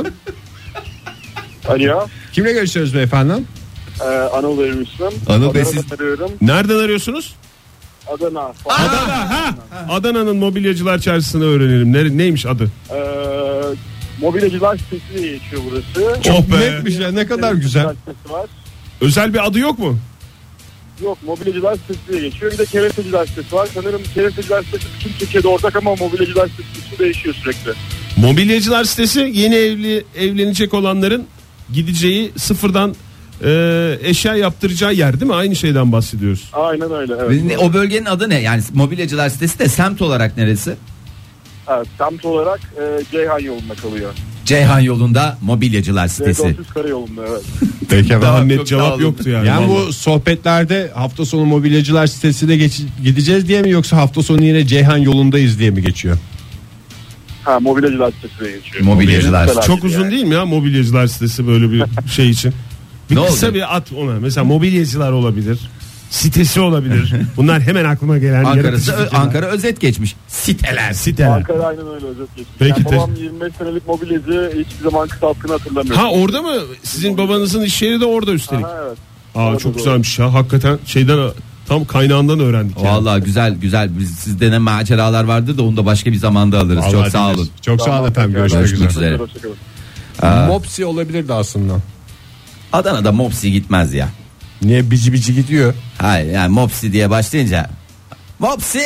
Alo. Kimle görüşüyoruz beyefendi? Ee, Anıl Bey Müslüm. Anıl Bey, Adana'dan siz- arıyorum. Nereden arıyorsunuz? Adana. Adana. Ha. Adana'nın mobilyacılar çarşısını öğrenelim. Ne, neymiş adı? Ee, mobilyacılar sitesi diye geçiyor burası. Oh be. Netmiş ya, ne kadar güzel. Sitesi var. Özel bir adı yok mu? Yok, mobilyacılar sitesi diye geçiyor. Bir de keresteciler sitesi var. Sanırım keresteciler sitesi bütün Türkiye'de ortak ama mobilyacılar sitesi değişiyor sürekli. Mobilyacılar sitesi yeni evli evlenecek olanların gideceği, sıfırdan e, eşya yaptıracağı yer değil mi? Aynı şeyden bahsediyoruz. Aynen öyle. Evet. Ne- O bölgenin adı ne? Yani mobilyacılar sitesi de semt olarak neresi? Evet, semt olarak e, Ceyhan yolunda kalıyor. Ceyhan yolunda mobilyacılar sitesi. dört yüz karayolunda, evet. Peki Daha efendim. net çok cevap sağ olun. yoktu yani. Yani Vallahi. bu sohbetlerde hafta sonu mobilyacılar sitesine geç, gideceğiz diye mi, yoksa hafta sonu yine Ceyhan yolundayız diye mi geçiyor? Ha, mobilyacılar sitesi diye geçiyor. Mobilyacılar Mobilyacılar Çok uzun yani. değil mi ya mobilyacılar sitesi böyle bir şey için? Bir Ne kısa oldu? bir at ona. Mesela mobilyacılar olabilir. Sitesi olabilir. Bunlar hemen aklıma gelen Ankara'sı, yaratıcı Ö- fikirler. Ankara özet geçmiş. Siteler. Siteler. Ankara aynen öyle, özet geçmiş. Peki, Yani te- babam yirmi beş senelik mobilyacı, hiçbir zaman kısalttığını hatırlamıyorum. Ha, orada mı? Sizin babanızın iş yeri de orada üstelik. Ha, evet. Aa, Orada çok doğru. güzelmiş ya. Hakikaten şeyden, tam kaynağından öğrendik yani. Vallahi güzel güzel. Biz, sizde ne maceralar vardı da onu da başka bir zamanda alırız. Vallahi Çok sağ dinleriz. olun. Çok sağ olun efendim. Görüşmek Görüşmek üzere. üzere. Hoşçakalın. Aa, Mopsi olabilirdi aslında. Adana'da Mopsi gitmez ya. Niye bici bici gidiyor? Hayır, yani Mopsi diye başlayınca Mopsi.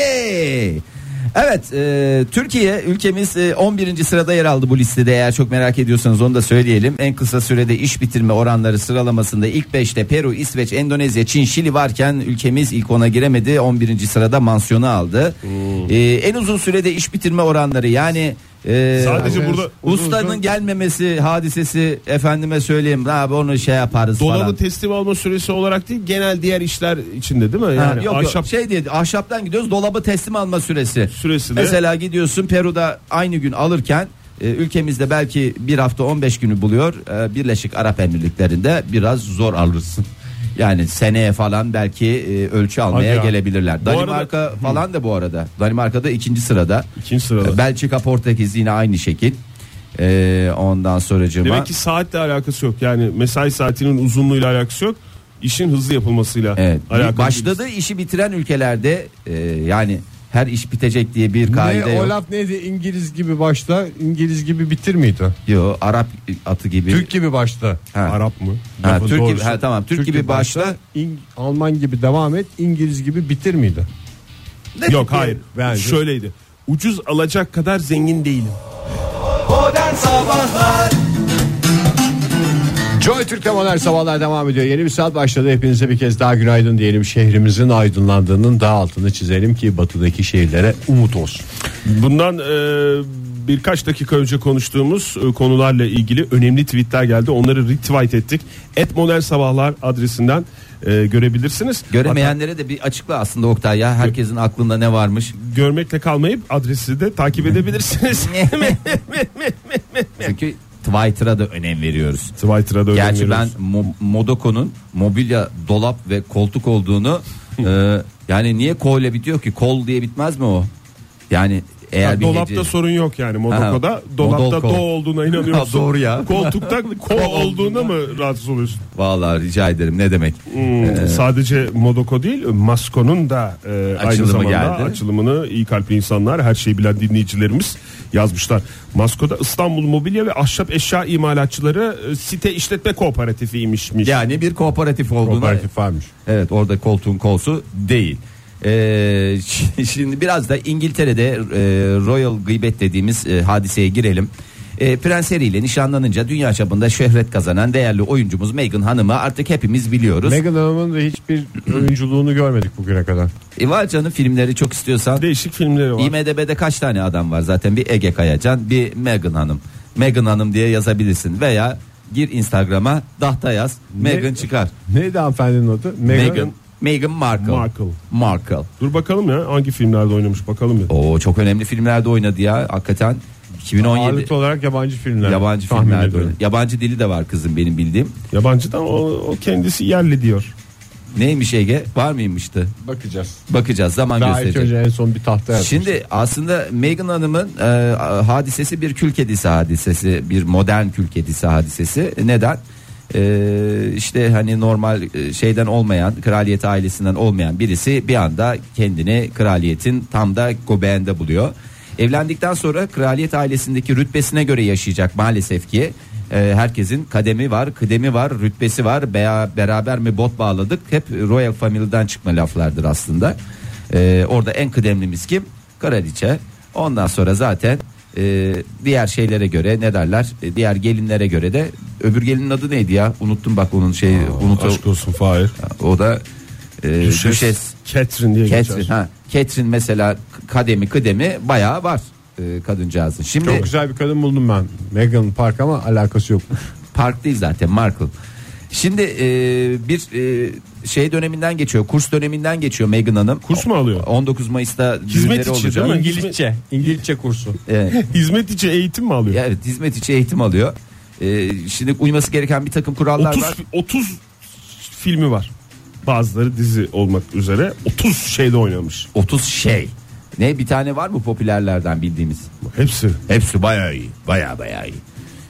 Evet, e, Türkiye ülkemiz e, on birinci sırada yer aldı bu listede. Eğer çok merak ediyorsanız onu da söyleyelim. En kısa sürede iş bitirme oranları sıralamasında ilk beşte Peru, İsveç, Endonezya, Çin, Şili varken ülkemiz ilk ona giremedi. on birinci sırada mansiyonu aldı. E, en uzun sürede iş bitirme oranları, yani e, Sadece burada ustanın gelmemesi hadisesi, efendime söyleyeyim abi onu şey yaparız dolabı falan. teslim alma süresi olarak değil, genel diğer işler içinde değil mi? Ha, Yani yok, ahşap yok şey diye, ahşaptan gidiyoruz, dolabı teslim alma süresi. süresi de. Mesela gidiyorsun Peru'da aynı gün alırken e, ülkemizde belki bir hafta on beş günü buluyor. E, Birleşik Arap Emirlikleri'nde biraz zor alırsın. Yani seneye falan belki e, ölçü almaya Hadi ya. gelebilirler. Bu Danimarka arada- falan da bu arada. Danimarka'da ikinci sırada. İkinci sırada. E, Belçika, Portekiz yine aynı şekil. E, ondan sonracığıma. Demek ki saatle alakası yok. Yani mesai saatinin uzunluğuyla alakası yok. İşin hızlı yapılmasıyla Evet. alakalı. Başladığı işi bitiren ülkelerde e, yani her iş bitecek diye bir kaide Ne, yok. o laf neydi? İngiliz gibi başla, İngiliz gibi bitir miydi? Yok, Arap atı gibi. Türk gibi başla. Ha. Arap mı? Ha, Lafın Türk gibi, doğrusu. ha, tamam Türk, gibi başla. İng- Alman gibi devam et, İngiliz gibi bitir miydi? Yok, hayır. Bence. Şöyleydi. Ucuz alacak kadar zengin değilim. Modern Sabahlar. Joy Türk'te modern sabahlar devam ediyor. Yeni bir saat başladı. Hepinize bir kez daha günaydın diyelim. Şehrimizin aydınlandığının daha altını çizelim ki batıdaki şehirlere umut olsun. Bundan birkaç dakika önce konuştuğumuz e, konularla ilgili önemli tweetler geldi. Onları retweet ettik. et modern sabahlar adresinden e, görebilirsiniz. Göremeyenlere de bir açıkla aslında Oktay ya. Herkesin aklında ne varmış. Görmekle kalmayıp adresi de takip edebilirsiniz. Çünkü Twitter'a da önem veriyoruz. Twitter'a da önem Gerçi veriyoruz. ben Mo- Modoko'nun mobilya, dolap ve koltuk olduğunu e, yani niye kol ile bitiyor ki? Kol diye bitmez mi o? Yani eğer Ha, bir dolapta hece- sorun yok yani Modoko'da. Ha, Dolapta Modoko. do olduğuna inanıyorsun. Doğru ya. Koltukta ko olduğuna mı rahatsız oluyorsun? Vallahi rica ederim, ne demek. Hmm, Ee, sadece Modoko değil, Masko'nun da e, aynı Açılımı zamanda geldi. açılımını iyi kalpli insanlar, her şeyi bilen dinleyicilerimiz yazmışlar. Masko'da İstanbul Mobilya ve Ahşap Eşya İmalatçıları e, Site İşletme Kooperatifiymişmiş. Yani bir kooperatif olduğuna. Kooperatif varmış. Evet, orada koltuğun kolsu değil. Ee, şimdi biraz da İngiltere'de e, Royal Gıybet dediğimiz e, hadiseye girelim. E, Prens Harry ile nişanlanınca dünya çapında şöhret kazanan değerli oyuncumuz Meghan Hanım'ı artık hepimiz biliyoruz. Meghan Hanım'ın da hiçbir oyunculuğunu görmedik bugüne kadar. E, var canım, filmleri çok istiyorsan. Değişik filmleri var. I M D B'de kaç tane adam var zaten? Bir Ege Kayacan, bir Meghan Hanım. Meghan Hanım diye yazabilirsin veya gir Instagram'a dahta yaz, Meghan çıkar. Neydi hanımefendinin adı? Meghan Meghan Markle. Markle. Markle. Dur bakalım ya hangi filmlerde oynamış bakalım bir. Oo, çok önemli filmlerde oynadı ya hakikaten. iki bin on yedi Ağırlıklı olarak yabancı filmler. yabancı tahmin filmlerde ediyorum. oynadı. Yabancı dili de var kızım benim bildiğim. Yabancıdan o, o kendisi yerli diyor. Neymiş Ege? Var mıymıştı? Bakacağız. Bakacağız, zaman Daha ilk gösterecek. önce en son bir tahta yazmış. Şimdi aslında Meghan Hanım'ın e, hadisesi bir kül kedisi hadisesi, bir modern kül kedisi hadisesi. Neden? E, işte hani normal e, şeyden olmayan, kraliyet ailesinden olmayan birisi bir anda kendini kraliyetin tam da göbeğinde buluyor. Evlendikten sonra kraliyet ailesindeki rütbesine göre yaşayacak maalesef ki. E, herkesin kademi var, kıdemi var, rütbesi var. Be- beraber mi bot bağladık? Hep Royal Family'den çıkma laflardır aslında. E, orada en kıdemlimiz kim? Kraliçe. Ondan sonra zaten e, diğer şeylere göre ne derler? E, diğer gelinlere göre de öbür gelinin adı neydi ya? Unuttum bak onun şeyi. Unut Aşk olsun Fahir. o da e, Düşes, Düşes Catherine diye Catherine, geçer. ha. Catherine mesela kademi kıdemi bayağı var e, kadıncağızın. Şimdi Çok güzel bir kadın buldum ben. Meghan Park ama alakası yok. Park değil zaten, Markle. Şimdi e, bir e, şey döneminden geçiyor, kurs döneminden geçiyor Meghan Hanım. Kurs mu alıyor? on dokuz Mayıs'ta Hizmet düğünleri içi olacak. değil mi? İngilizce. İngilizce kursu. Evet. Hizmet içi eğitim mi alıyor? Ya evet, hizmet içi eğitim alıyor. E, şimdi uyması gereken bir takım kurallar otuz, var. otuz filmi var. Bazıları dizi olmak üzere otuz şeyde oynamış. otuz şey. Ne, bir tane var mı popülerlerden bildiğimiz? Hepsi. Hepsi bayağı iyi. Bayağı bayağı iyi.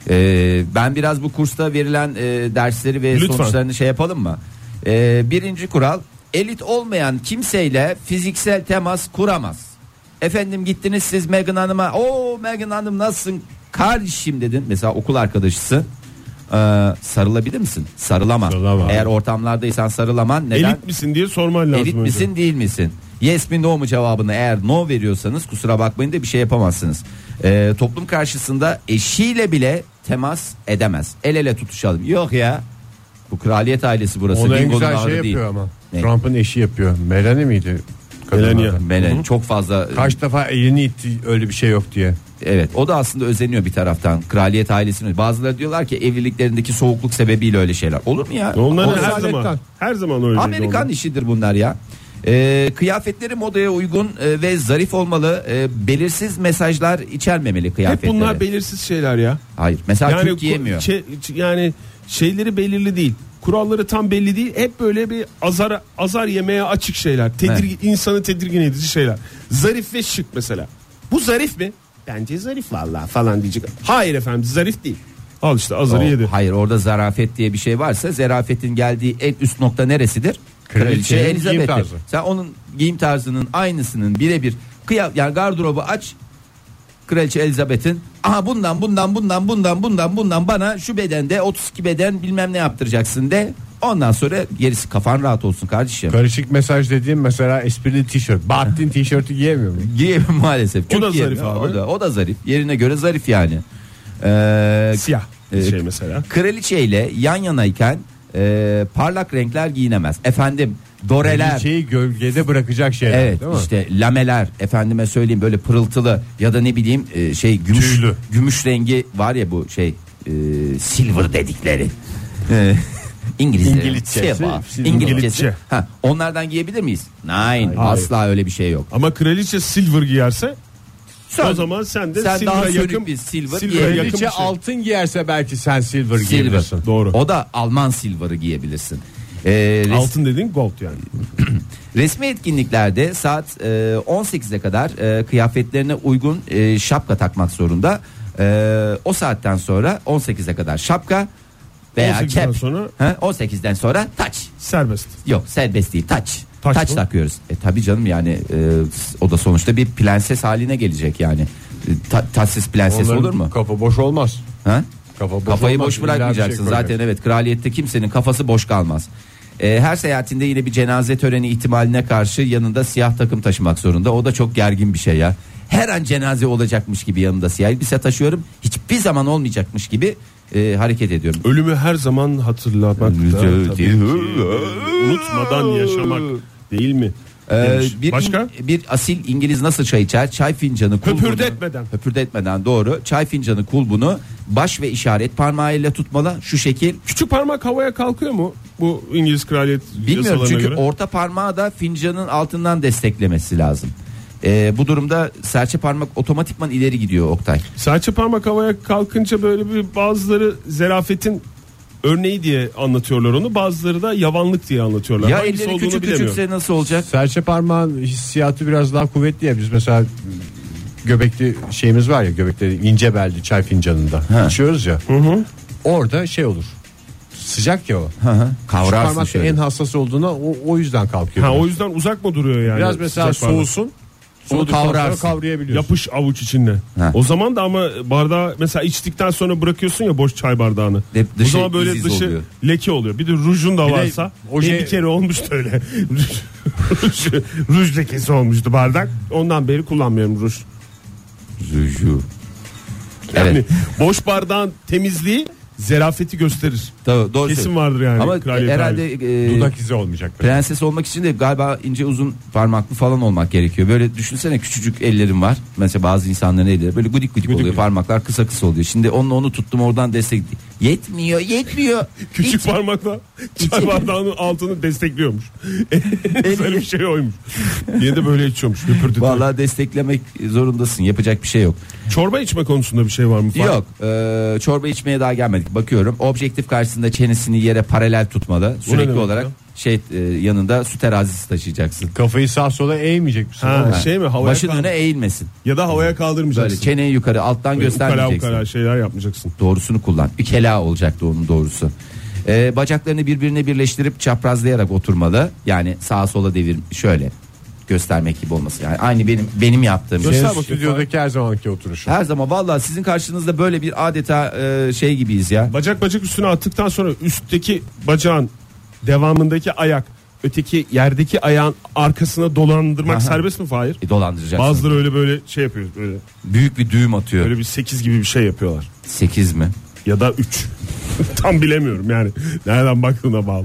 Ee, ben biraz bu kursta verilen e, dersleri ve Lütfen. sonuçlarını şey yapalım mı? Ee, birinci kural: elit olmayan kimseyle fiziksel temas kuramaz. Efendim gittiniz siz Meghan Hanım'a, o Meghan Hanım nasılsın kardeşim dedin. Mesela okul arkadaşısın. Ee, sarılabilir misin? Sarılamam. Sarılamam. Eğer ortamlardaysan sarılaman. Neden? Elit misin diye sorman lazım. Elit önce. misin değil misin? Yes mi no mu cevabını eğer no veriyorsanız kusura bakmayın da bir şey yapamazsınız. Ee, toplum karşısında eşiyle bile temas edemez. El ele tutuşalım. Yok ya. Bu kraliyet ailesi burası. Onu en Bingo'nun güzel ağrı şey değil. yapıyor ama. Ne? Trump'ın eşi yapıyor. Melania miydi? Melania. Melania çok fazla. Kaç defa elini itti öyle bir şey yok diye. Evet, o da aslında özeniyor bir taraftan kraliyet ailesinin. Bazıları diyorlar ki evliliklerindeki soğukluk sebebiyle öyle şeyler. Olur mu ya? Onların Olur. her Adaletten. zaman her zaman öyle. Amerikan işidir bunlar ya. Ee, kıyafetleri modaya uygun e, ve zarif olmalı. E, belirsiz mesajlar içermemeli Hep kıyafetleri. bunlar belirsiz şeyler ya. Hayır. Mesela Yani Türk giyemiyor. şey- yani şeyleri belirli değil. Kuralları tam belli değil. Hep böyle bir azar azar yemeye açık şeyler. Tedirgin, insanı tedirgin edici şeyler. Zarif ve şık mesela. Bu zarif mi? Bence zarif vallahi falan diyecek. Hayır efendim, zarif değil. Al işte azarı O- yedi. Hayır, orada zarafet diye bir şey varsa zarafetin geldiği en üst nokta neresidir? Kraliçenin Kraliçe giyim Elizabeth'tir. tarzı. Sen onun giyim tarzının aynısının birebir kıyaf yani gardırobu aç. Kraliçe Elizabeth'in aha bundan bundan bundan bundan bundan bundan bana şu bedende otuz iki beden bilmem ne yaptıracaksın de. Ondan sonra gerisi kafan rahat olsun kardeşim. Karışık mesaj dediğim mesela esprili tişört. Bahattin tişörtü giyemiyor mu? Giyemem maalesef. O Çok da giyemiyor. zarif abi. O da, o da zarif. Yerine göre zarif yani. Ee, Siyah e, şey mesela. Kraliçe ile yan yanayken e, parlak renkler giyinemez. Efendim doreler. Kraliçeyi gölgede bırakacak şeyler, Evet değil mi? işte lameler, efendime söyleyeyim böyle pırıltılı ya da ne bileyim e, şey gümüş Tüylü. gümüş rengi var ya bu şey e, silver dedikleri. E, İngilizce. İngilizcesi, Silver. silver. İngilizcesi. İngilizce. Ha, onlardan giyebilir miyiz? Nein, asla öyle bir şey yok. Ama kraliçe silver giyerse Sen- o zaman sen de sen silver'a daha sönük yakın bir silver silver'a giyebilirsin. yakın bir Kraliçe şey. altın giyerse belki sen silver, Silver. giyebilirsin. Doğru. O da Alman silver'ı giyebilirsin. E, res- Altın dediğin gold yani. Resmi etkinliklerde saat e, on sekize kadar e, kıyafetlerine uygun e, şapka takmak zorunda. E, o saatten sonra on sekize kadar şapka veya on sekizden cap. sonra- Ha, on sekizden sonra taç. Serbest. Yok serbest değil taç. Taç Taç, mı? takıyoruz. E tabi canım yani e, o da sonuçta bir prenses haline gelecek yani. E, Ta, taçsız prenses Onların olur mu? Kafa boş olmaz. Ha? Kafa boş Kafayı olmaz. boş İlla bir şey bırakmayacaksın koyacaksın. zaten, evet, kraliyette kimsenin kafası boş kalmaz. Ee, her seyahatinde yine bir cenaze töreni ihtimaline karşı yanında siyah takım taşımak zorunda. O da çok gergin bir şey ya. Her an cenaze olacakmış gibi yanında siyah elbise taşıyorum. Hiçbir zaman olmayacakmış gibi e, hareket ediyorum. Ölümü her zaman hatırlamak da tabii ki unutmadan yaşamak değil mi? Ee, Demiş. bir, Başka? bir asil İngiliz nasıl çay içer? Çay fincanı kulbunu. Höpürdetmeden. Höpürdetmeden doğru. Çay fincanı kulbunu baş ve işaret parmağıyla tutmalı. Şu şekil. Küçük parmak havaya kalkıyor mu bu İngiliz kraliyet Bilmiyorum yasalarına çünkü göre? orta parmağı da fincanın altından desteklemesi lazım. Ee, bu durumda serçe parmak otomatikman ileri gidiyor Oktay. Serçe parmak havaya kalkınca böyle bir bazıları zerafetin örneği diye anlatıyorlar onu. Bazıları da yavanlık diye anlatıyorlar. Ya Hangisi elleri olduğunu küçük bilemiyorum. küçükse nasıl olacak? Serçe parmağın hissiyatı biraz daha kuvvetli ya. Biz mesela göbekli şeyimiz var ya, göbekli ince belli çay fincanında Ha. içiyoruz ya. Orada şey olur. Sıcak ya o. Hı hı. Şu Kavrarsın parmak şöyle. en hassas olduğuna o, o yüzden kalkıyor. Ha, biraz. o yüzden uzak mı duruyor yani? Biraz mesela sıcak parmak? soğusun. Onu Soğuduktan sonra kavrarsın. kavrayabiliyorsun. Yapış avuç içinde. Ha. O zaman da ama bardağı mesela içtikten sonra bırakıyorsun ya boş çay bardağını. Hep O dışı zaman böyle iziz dışı oluyor. leke oluyor. Bir de rujun da Bir de varsa. o Benim şey- bir kere olmuştu öyle. ruj, ruj lekesi olmuştu bardak. Ondan beri kullanmıyorum ruj. Zuju. Yani Evet. boş bardağın temizliği zerafeti gösterir. Doğru, doğru Kesin söylüyorsun. vardır yani. Ama kraliyet herhalde e, Dudak izi olmayacak. prenses olmak için de galiba ince uzun parmaklı falan olmak gerekiyor. Böyle düşünsene, küçücük ellerim var. Mesela bazı insanların elleri böyle gudik gudik oluyor. gudik. Parmaklar kısa kısa oluyor. Şimdi onunla onu tuttum, oradan destek. Yetmiyor, yetmiyor. Küçük İç- parmakla çay bardağının altını destekliyormuş. Böyle bir şey oymuş. Yine de böyle içiyormuş. Höpürdetiyor. Vallahi desteklemek zorundasın. Yapacak bir şey yok. Çorba içme konusunda bir şey var mı? Yok. e, çorba içmeye daha gelmedik. Bakıyorum. Objektif karşısında çenesini yere paralel tutmalı. ne Sürekli demek olarak ya? şey e, yanında su terazisi taşıyacaksın. Kafayı sağ sola eğmeyecek misin? Ha, Ha. şey mi? Havaya Başın kaldır- öne eğilmesin. Ya da havaya kaldırmayacaksın. Böyle çeneyi yukarı alttan Böyle ukala göstermeyeceksin. ukala şeyler yapmayacaksın. Doğrusunu kullan. Bir kela olacaktı onun doğrusu. Ee, bacaklarını birbirine birleştirip çaprazlayarak oturmalı. Yani sağa sola devir şöyle göstermek gibi olması. Yani aynı benim benim yaptığım şey. Senin stüdyodaki her zamanki oturuşun. Her zaman vallahi sizin karşınızda böyle bir adeta e, şey gibiyiz ya. Bacak bacak üstüne attıktan sonra üstteki bacağın devamındaki ayak öteki yerdeki ayağın arkasına dolandırmak Aha. serbest mi Fahir? E, dolandıracaksın. Bazıları öyle böyle şey yapıyor. Böyle, Büyük bir düğüm atıyor. böyle bir sekiz gibi bir şey yapıyorlar. sekiz mi? Ya da üç. Tam bilemiyorum yani. Nereden baktığına bağlı.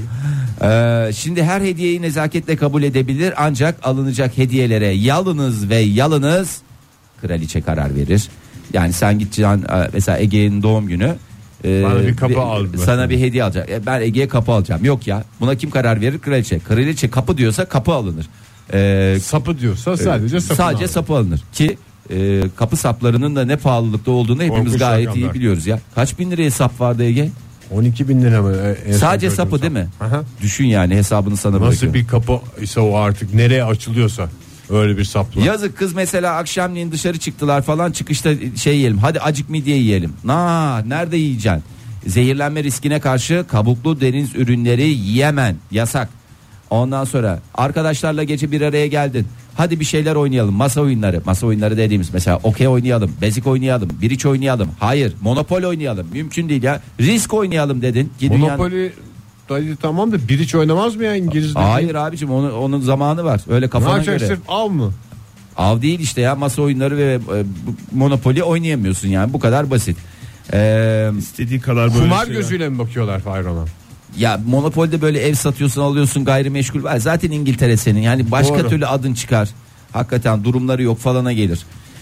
Ee, şimdi her hediyeyi nezaketle kabul edebilir, ancak alınacak hediyelere yalınız ve yalınız kraliçe karar verir. Yani sen gideceksin e, mesela Ege'nin doğum günü. e, Bana bir kapı al. Sana bir hediye alacak. E, ben Ege'ye kapı alacağım. Yok ya. Buna kim karar verir? Kraliçe. Kraliçe kapı diyorsa kapı alınır. Ee, Sapı diyorsa sadece sapı. sadece sapı alınır ki e, kapı saplarının da ne pahalılıkta olduğunu hepimiz Korkunç gayet rakamlar. iyi biliyoruz ya. Kaç bin liraya sap vardı Ege? on iki bin lira mı? En son Sadece gördüğüm sapı sap. değil mi? Aha. Düşün yani, hesabını sana Nasıl bırakıyorum. bir kapı ise o, artık nereye açılıyorsa öyle bir sapla. Yazık kız mesela akşamleyin dışarı çıktılar falan, çıkışta şey yiyelim, hadi acık midye yiyelim. Na nerede yiyeceksin? Zehirlenme riskine karşı kabuklu deniz ürünleri yiyemen yasak. Ondan sonra arkadaşlarla gece bir araya geldin. Hadi bir şeyler oynayalım, masa oyunları. Masa oyunları dediğimiz mesela okey oynayalım, bezik oynayalım, biriç oynayalım. Hayır, monopol oynayalım. Mümkün değil ya. Risk oynayalım dedin. Ki dünyanın- Monopoly dayı tamam da bir hiç oynamaz mı ya İngiliz'de? Hayır abicim, onun, onun zamanı var. Öyle Ne kafana yapacak, göre. sırf av mı? Av değil işte ya, masa oyunları ve e, bu- monopoli oynayamıyorsun yani, bu kadar basit. Ee, İstediği kadar böyle Kumar şeyler. gözüyle mi bakıyorlar Fahir ona? Ya Monopol'de böyle ev satıyorsun, alıyorsun, gayrimeşgul var. Zaten İngiltere senin. Yani başka Doğru. türlü adın çıkar. Hakikaten durumları yok falana gelir.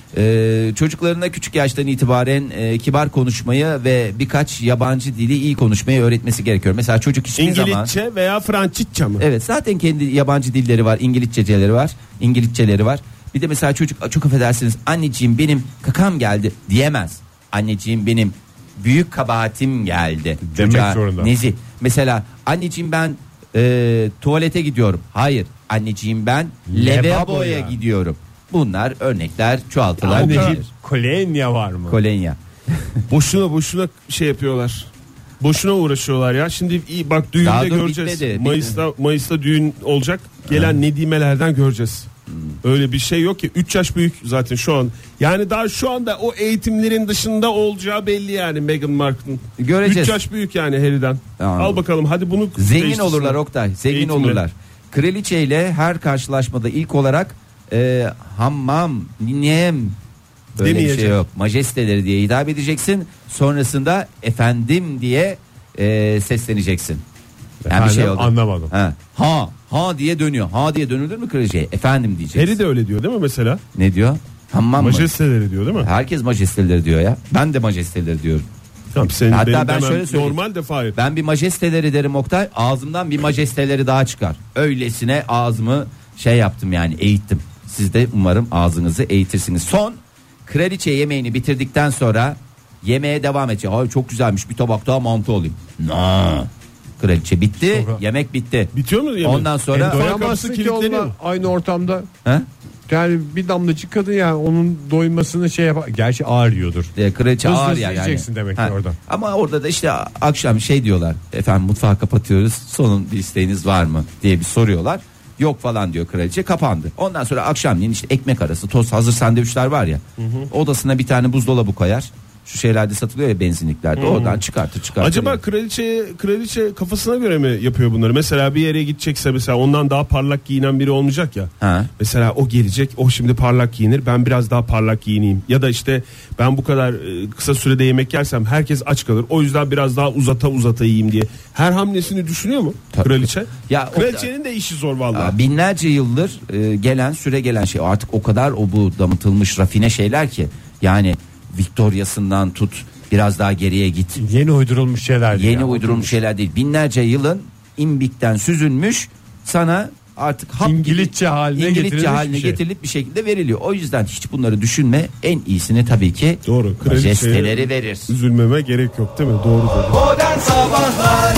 Ee, çocuklarına küçük yaştan itibaren e, kibar konuşmayı ve birkaç yabancı dili iyi konuşmayı öğretmesi gerekiyor. Mesela çocuk hiçbir zaman İngilizce veya Fransızca mı? evet zaten kendi yabancı dilleri var, İngilizceleri var, İngilizceleri var. Bir de mesela çocuk çok affedersiniz anneciğim benim kakam geldi diyemez. Anneciğim benim büyük kabahatim geldi. Demek Çocuğa zorunda. nezih. Mesela anneciğim ben e, tuvalete gidiyorum. Hayır anneciğim ben Lavaboya. lavaboya gidiyorum. Bunlar örnekler çoğaltılabilir. Anneciğim Kolenya var mı? Kolenya. Boşuna boşuna şey yapıyorlar. Boşuna uğraşıyorlar ya. Şimdi iyi bak düğünde Daha dur, göreceğiz. bitmedi, Mayıs'ta Mayıs'ta düğün olacak. Gelen nedimelerden göreceğiz. Öyle bir şey yok ki. üç yaş büyük zaten şu an. Yani daha şu anda o eğitimlerin dışında olacağı belli yani Meghan Markle'ın. Göreceğiz. üç yaş büyük yani Harry'den. Tamam. Al bakalım hadi bunu Zengin değiştirsin. olurlar Oktay. Zengin Eğitimle. olurlar. Kraliçe ile her karşılaşmada ilk olarak e, hammam, ninem böyle bir Demeyecek. şey yok. Majesteleri diye hitap edeceksin. Sonrasında efendim diye e, sesleneceksin. Yani bir Efendim, şey oldu. anlamadım. Ha, ha, ha diye dönüyor. Ha diye dönülür mü kraliçeye? Efendim diyeceksin. Harry de öyle diyor değil mi mesela? Ne diyor? Hammam mı? Majesteleri diyor değil mi? Herkes majesteleri diyor ya. Ben de majesteleri diyorum. Tamam, senin Hatta benim ben demem şöyle söyleyeyim. normal de Fahir. Ben bir majesteleri derim Oktay. Ağzımdan bir majesteleri daha çıkar. Öylesine ağzımı şey yaptım yani eğittim. Siz de umarım ağzınızı eğitirsiniz. Son kraliçe yemeğini bitirdikten sonra yemeğe devam edecek. Ay çok güzelmiş bir tabak daha mantı olayım. No. Kraliçe bitti. Çok- Yemek bitti. Bitiyor mu yemek? Ondan sonra Hem Doyamazsın kapısı ki kilitleniyor. onunla aynı ortamda. He? Yani bir damlacık kadın yani onun doymasını şey yapar. Gerçi ağır yiyordur. E, kraliçe Hızlı ağır hızlı ya yani. yiyeceksin demek ki Ha. orada. Ama orada da işte akşam şey diyorlar. Efendim mutfağı kapatıyoruz. Sonun bir isteğiniz var mı diye bir soruyorlar. Yok falan diyor kraliçe, kapandı. Ondan sonra akşamleyin işte ekmek arası tost hazır sandviçler var ya. Odasına bir tane buzdolabı koyar. Şu şeylerde satılıyor ya benzinliklerde. Oradan çıkartır çıkartır. Acaba kraliçe kraliçe kafasına göre mi yapıyor bunları? Mesela bir yere gidecekse mesela ondan daha parlak giyinen biri olmayacak ya. Ha. Mesela o gelecek, o şimdi parlak giyinir, ben biraz daha parlak giyineyim. Ya da işte ben bu kadar e, kısa sürede yemek yersem herkes aç kalır. O yüzden biraz daha uzata uzata yiyeyim diye. Her hamlesini düşünüyor mu Tabii. kraliçe? Ya o- Kraliçenin de işi zor vallahi. Aa, binlerce yıldır e, gelen süre gelen şey artık o kadar o bu damıtılmış rafine şeyler ki yani Victoria'sından tut biraz daha geriye git. Yeni uydurulmuş şeyler. Yeni yani. uydurulmuş şeyler değil. Binlerce yılın imbikten süzülmüş sana artık hap İngilizce haline İngilizce getirilmiş haline bir şey. getirilip bir şekilde veriliyor. O yüzden hiç bunları düşünme. En iyisini tabii ki Doğru. majesteleri Kraliçeye verir. üzülmeme gerek yok değil mi? Doğru dedi. Modern Sabahlar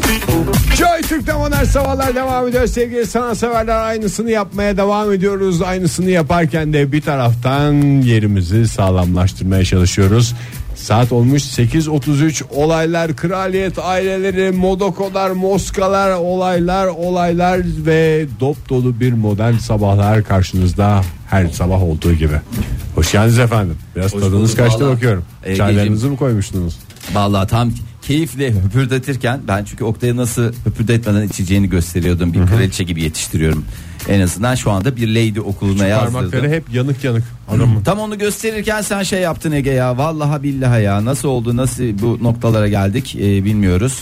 Joy Türk'te modern sabahlar devam ediyor sevgili sanatseverler, aynısını yapmaya devam ediyoruz. Aynısını yaparken de bir taraftan yerimizi sağlamlaştırmaya çalışıyoruz. Saat olmuş sekiz otuz üç, olaylar, kraliyet aileleri, modokolar, moskalar, olaylar, olaylar ve dop dolu bir modern sabahlar karşınızda her sabah olduğu gibi. Hoş geldiniz efendim. Biraz Hoş tadınız bulduk kaçtı vallahi. bakıyorum. Ee, Çaylarınızı mı koymuştunuz? Vallahi tam keyifle höpürdetirken ben çünkü Oktay'a nasıl höpürdetmeden içeceğini gösteriyordum. Bir kraliçe gibi yetiştiriyorum. En azından şu anda bir lady okuluna yazdırdım. Parmakları hep yanık yanık adamın. Tam onu gösterirken sen şey yaptın Ege ya. Vallahi billahi ya. Nasıl oldu, nasıl bu noktalara geldik e, bilmiyoruz.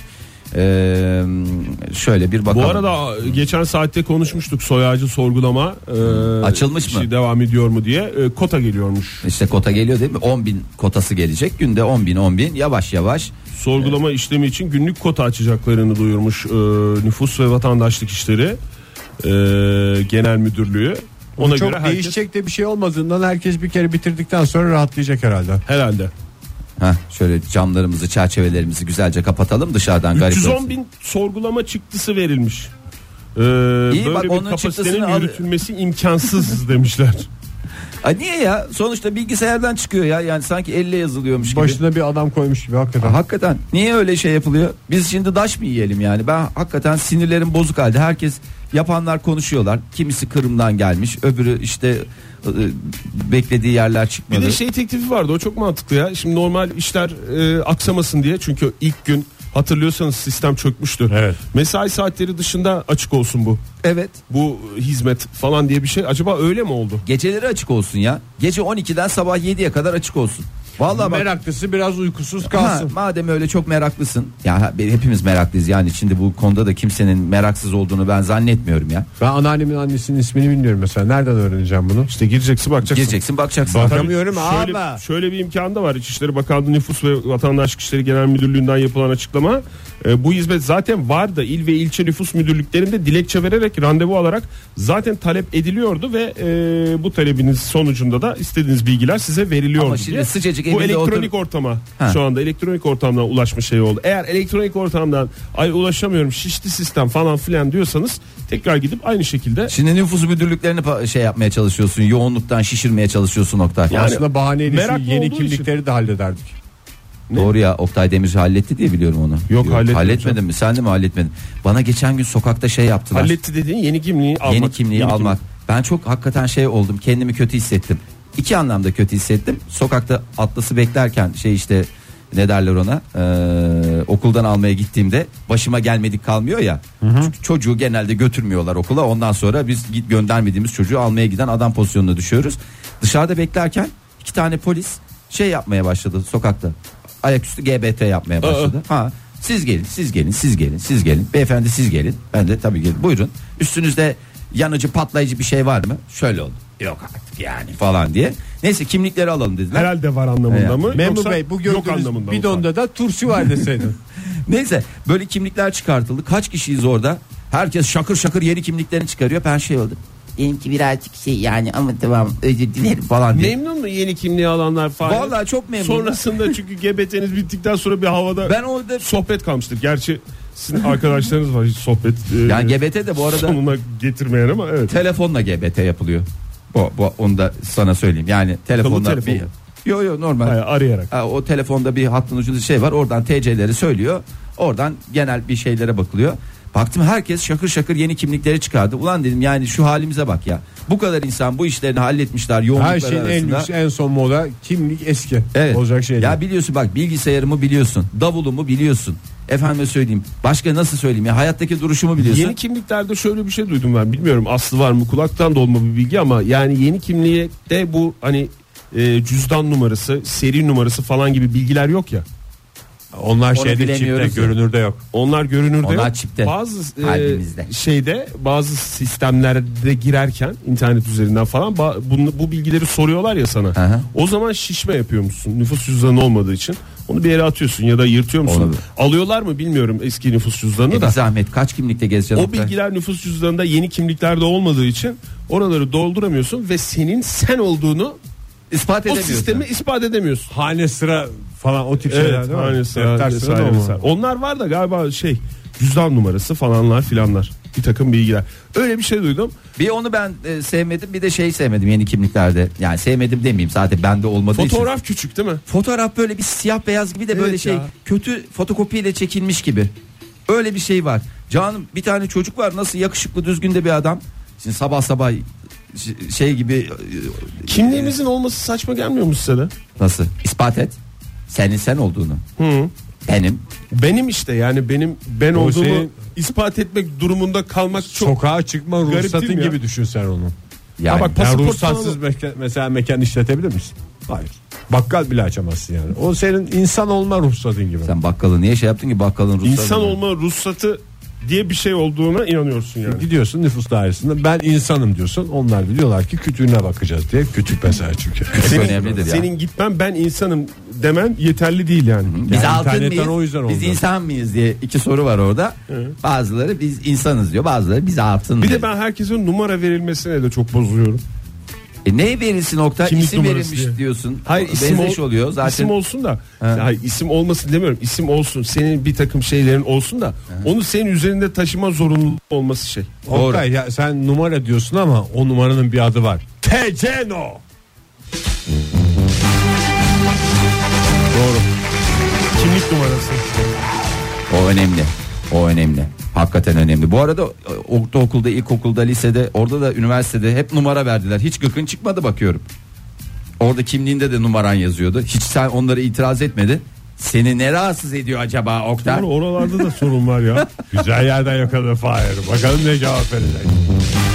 Ee, şöyle bir bakalım. Bu arada geçen saatte konuşmuştuk soy ağacı sorgulama. e, Açılmış mı? şey devam ediyor mu diye. E, kota geliyormuş. İşte kota geliyor değil mi? on bin kotası gelecek. Günde on bin on bin yavaş yavaş. Sorgulama işlemi için günlük kota açacaklarını duyurmuş e, Nüfus ve Vatandaşlık İşleri e, Genel Müdürlüğü. Ona Çok göre herkes değişecek de bir şey olmadığından herkes bir kere bitirdikten sonra rahatlayacak herhalde. herhalde. Heh, şöyle camlarımızı, çerçevelerimizi güzelce kapatalım dışarıdan. garip üç yüz on olsun. bin sorgulama çıktısı verilmiş. Ee, İyi, böyle bak, bir onun kapasitenin çıktısını al- yürütülmesi imkansız demişler. Ay niye ya? Sonuçta bilgisayardan çıkıyor ya. Yani sanki elle yazılıyormuş gibi. Başına bir adam koymuş gibi hakikaten. Ha, hakikaten niye öyle şey yapılıyor? Biz şimdi daş mı yiyelim yani? Ben hakikaten sinirlerim bozuk halde. Herkes, yapanlar konuşuyorlar. Kimisi Kırım'dan gelmiş, öbürü işte e, beklediği yerler Bir çıkmadı. de şey teklifi vardı, o çok mantıklı ya. Şimdi normal işler e, aksamasın diye, çünkü ilk gün hatırlıyorsanız sistem çökmüştü. Evet. Mesai saatleri dışında açık olsun bu. Evet. Bu hizmet falan diye bir şey. Acaba öyle mi oldu? Geceleri açık olsun ya. Gece on ikiden sabah yediye kadar açık olsun. Vallahi bak, Meraklısı biraz uykusuz ha, kalsın. madem öyle çok meraklısın. Ya hepimiz meraklıyız yani, şimdi bu konuda da kimsenin meraksız olduğunu ben zannetmiyorum ya. Ben anneannemin annesinin ismini bilmiyorum mesela. Nereden öğreneceğim bunu? İşte gireceksin, bakacaksın. Gireceksin, bakacaksın. Bakamıyorum şöyle, abi. şöyle bir imkan da var. İçişleri Bakanlığı Nüfus ve Vatandaşlık İşleri Genel Müdürlüğü'nden yapılan açıklama. E, bu hizmet zaten var da il ve ilçe nüfus müdürlüklerinde dilekçe vererek randevu alarak zaten talep ediliyordu ve e, bu talebiniz sonucunda da istediğiniz bilgiler size veriliyordu. Ama şimdi diye. sıcacık Bu evinde elektronik otur- ortama Ha. şu anda elektronik ortamdan ulaşma şey oldu. Eğer elektronik ortamdan ay ulaşamıyorum, şişti sistem falan filan diyorsanız tekrar gidip aynı şekilde Şimdi nüfus müdürlüklerini pa- şey yapmaya çalışıyorsun, yoğunluktan şişirmeye çalışıyorsun Oktay. Yani Aslında bahaneyle meraklı yeni olduğu kimlikleri de hallederdik. Doğru ya, Oktay Demirci halletti diye biliyorum onu. Yok, halletmedi halletmedin canım. mi? Sen de mi halletmedin? Bana geçen gün sokakta şey yaptılar. halletti dediğin yeni kimliği almak. Yeni kimliği almak. Ben çok hakikaten şey oldum. Kendimi kötü hissettim. İki anlamda kötü hissettim. Sokakta atlası beklerken şey işte ne derler ona, ee, okuldan almaya gittiğimde başıma gelmedik kalmıyor ya. Çünkü çocuğu genelde götürmüyorlar okula. Ondan sonra biz git göndermediğimiz çocuğu almaya giden adam pozisyonuna düşüyoruz. Dışarıda beklerken iki tane polis şey yapmaya başladı sokakta. Ayaküstü G B T yapmaya başladı. Ha, siz gelin, siz gelin, siz gelin, siz gelin. Beyefendi siz gelin. Ben de tabii gelin. Buyurun. Üstünüzde yanıcı, patlayıcı bir şey var mı? Şöyle oldu. Yok artık yani falan diye. Neyse kimlikleri alalım dediler. Herhalde var anlamında Evet. mı? Memur Yoksa Bey bu yok gördüğünüz anlamında mı? bidonda da turşu var deseydin. Neyse böyle kimlikler çıkartıldı. Kaç kişiyiz orada? Herkes şakır şakır yeni kimliklerini çıkarıyor. Ben şey oldum. Benimki birazcık şey yani, ama tamam özür dilerim falan diye. Memnun mu yeni kimliği alanlar falan? Vallahi çok memnunum. Sonrasında çünkü G B T'niz bittikten sonra bir havada Ben orada sohbet kalmıştır. Gerçi sizin arkadaşlarınız var hiç sohbet e, yani G B T de bu arada sonuna getirmeyen ama evet. telefonla G B T yapılıyor. Bu, bu onu da sana söyleyeyim. Yani telefonla Akıllı telefon bir mu? Yo yo normal. Hayır, arayarak. Ha, o telefonda bir hattın ucunda şey var. Oradan T C'leri söylüyor. Oradan genel bir şeylere bakılıyor. Baktım herkes şakır şakır yeni kimlikleri çıkardı. Ulan dedim yani şu halimize bak ya. Bu kadar insan bu işlerini halletmişler yoğunluklar Her şeyin en arasında. lüks en son moda kimlik eski. Evet. Olacak şey Ya değil. biliyorsun bak, bilgisayarımı biliyorsun. Davulumu biliyorsun. Efendime söyleyeyim. Başka nasıl söyleyeyim ya, hayattaki duruşumu biliyorsun. Yeni kimliklerde şöyle bir şey duydum ben. Bilmiyorum aslı var mı, kulaktan dolma bir bilgi ama yani yeni kimliğe de bu hani e, cüzdan numarası, seri numarası falan gibi bilgiler yok ya. Onlar Onu şeyde çipte, bilemiyoruz ya. görünürde yok. Onlar görünürde Onlar yok. çipte. Bazı e, Kalbimizde. şeyde bazı sistemlerde girerken internet üzerinden falan ba- bunu, bu bilgileri soruyorlar ya sana. Aha. O zaman şişme yapıyormuşsun. Nüfus cüzdanı olmadığı için. Onu bir yere atıyorsun ya da yırtıyor musun? Olabilir. Alıyorlar mı bilmiyorum eski nüfus cüzdanını E da. bir zahmet kaç kimlikte gezeceksin? O Oktay? bilgiler nüfus cüzdanında yeni kimliklerde olmadığı için oraları dolduramıyorsun ve senin sen olduğunu ispat o edemiyorsun. sistemi ispat edemiyorsun. Hane sıra falan o tip şeyler Evet, değil mi? hani sıra, Defter sıra da vesaire, olmalı. vesaire. Onlar var da galiba şey cüzdan numarası falanlar filanlar. Bir takım bilgiler. Öyle bir şey duydum. Bir onu ben e, sevmedim, bir de şey sevmedim yeni kimliklerde. Yani sevmedim demeyeyim, zaten bende olmadığı için. Fotoğraf küçük değil mi? Fotoğraf böyle bir siyah beyaz gibi de böyle Evet şey ya. kötü fotokopiyle çekilmiş gibi. Öyle bir şey var. Canım bir tane çocuk var, nasıl yakışıklı düzgün de bir adam. Şimdi sabah sabah ş- şey gibi e, Kimliğimizin olması saçma gelmiyor mu size de? nasıl ispat et senin sen olduğunu. Hı. Benim. Benim işte yani benim ben O olduğumu senin- ispat etmek durumunda kalmak çok Sokağa çıkma Garip değil ruhsatın mi ya? gibi düşün sen onu. Yani, bak, Yani Pasaport ruhsatsız mekan, mesela mekan işletebilir misin? Hayır. Bakkal bile açamazsın yani. O senin insan olma ruhsatın gibi. sen bakkalı niye şey yaptın ki, bakkalın ruhsatı? insan olma ruhsatı diye bir şey olduğuna inanıyorsun yani. Gidiyorsun nüfus dairesinde ben insanım diyorsun. Onlar da diyorlar ki kütüğüne bakacağız diye. Kütük mesela çünkü. Senin, önemlidir ya. Senin gitmen ben insanım demen yeterli değil yani. Biz Yani altın internetten mıyız? o yüzden Biz oldu. insan mıyız diye iki soru var orada. Bazıları biz insanız diyor, bazıları biz altın. Bir diyor. de ben herkesin numara verilmesine de çok bozuluyorum. E neye verilsin nokta? Kimlik İsim numarası verilmiş diye. diyorsun. Hayır isim Benzeş ol- oluyor zaten. İsim olsun da. Ha. Hayır isim olmasın demiyorum. İsim olsun. Senin bir takım şeylerin olsun da onu senin üzerinde taşıma zorunluluğu olması şey. Oktay ya sen numara diyorsun ama o numaranın bir adı var. T C N O. Doğru. Kimlik numarası. O önemli. O önemli. Hakikaten önemli. Bu arada ortaokulda, ilkokulda, lisede, orada da üniversitede hep numara verdiler. Hiç gıkın çıkmadı bakıyorum. Orada kimliğinde de numaran yazıyordu. Hiç sen onlara itiraz etmedin. Seni ne rahatsız ediyor acaba Oktay? Doğru, oralarda da sorun var ya. Güzel yerden yakaladı Fahir. Bakalım ne cevap verecek.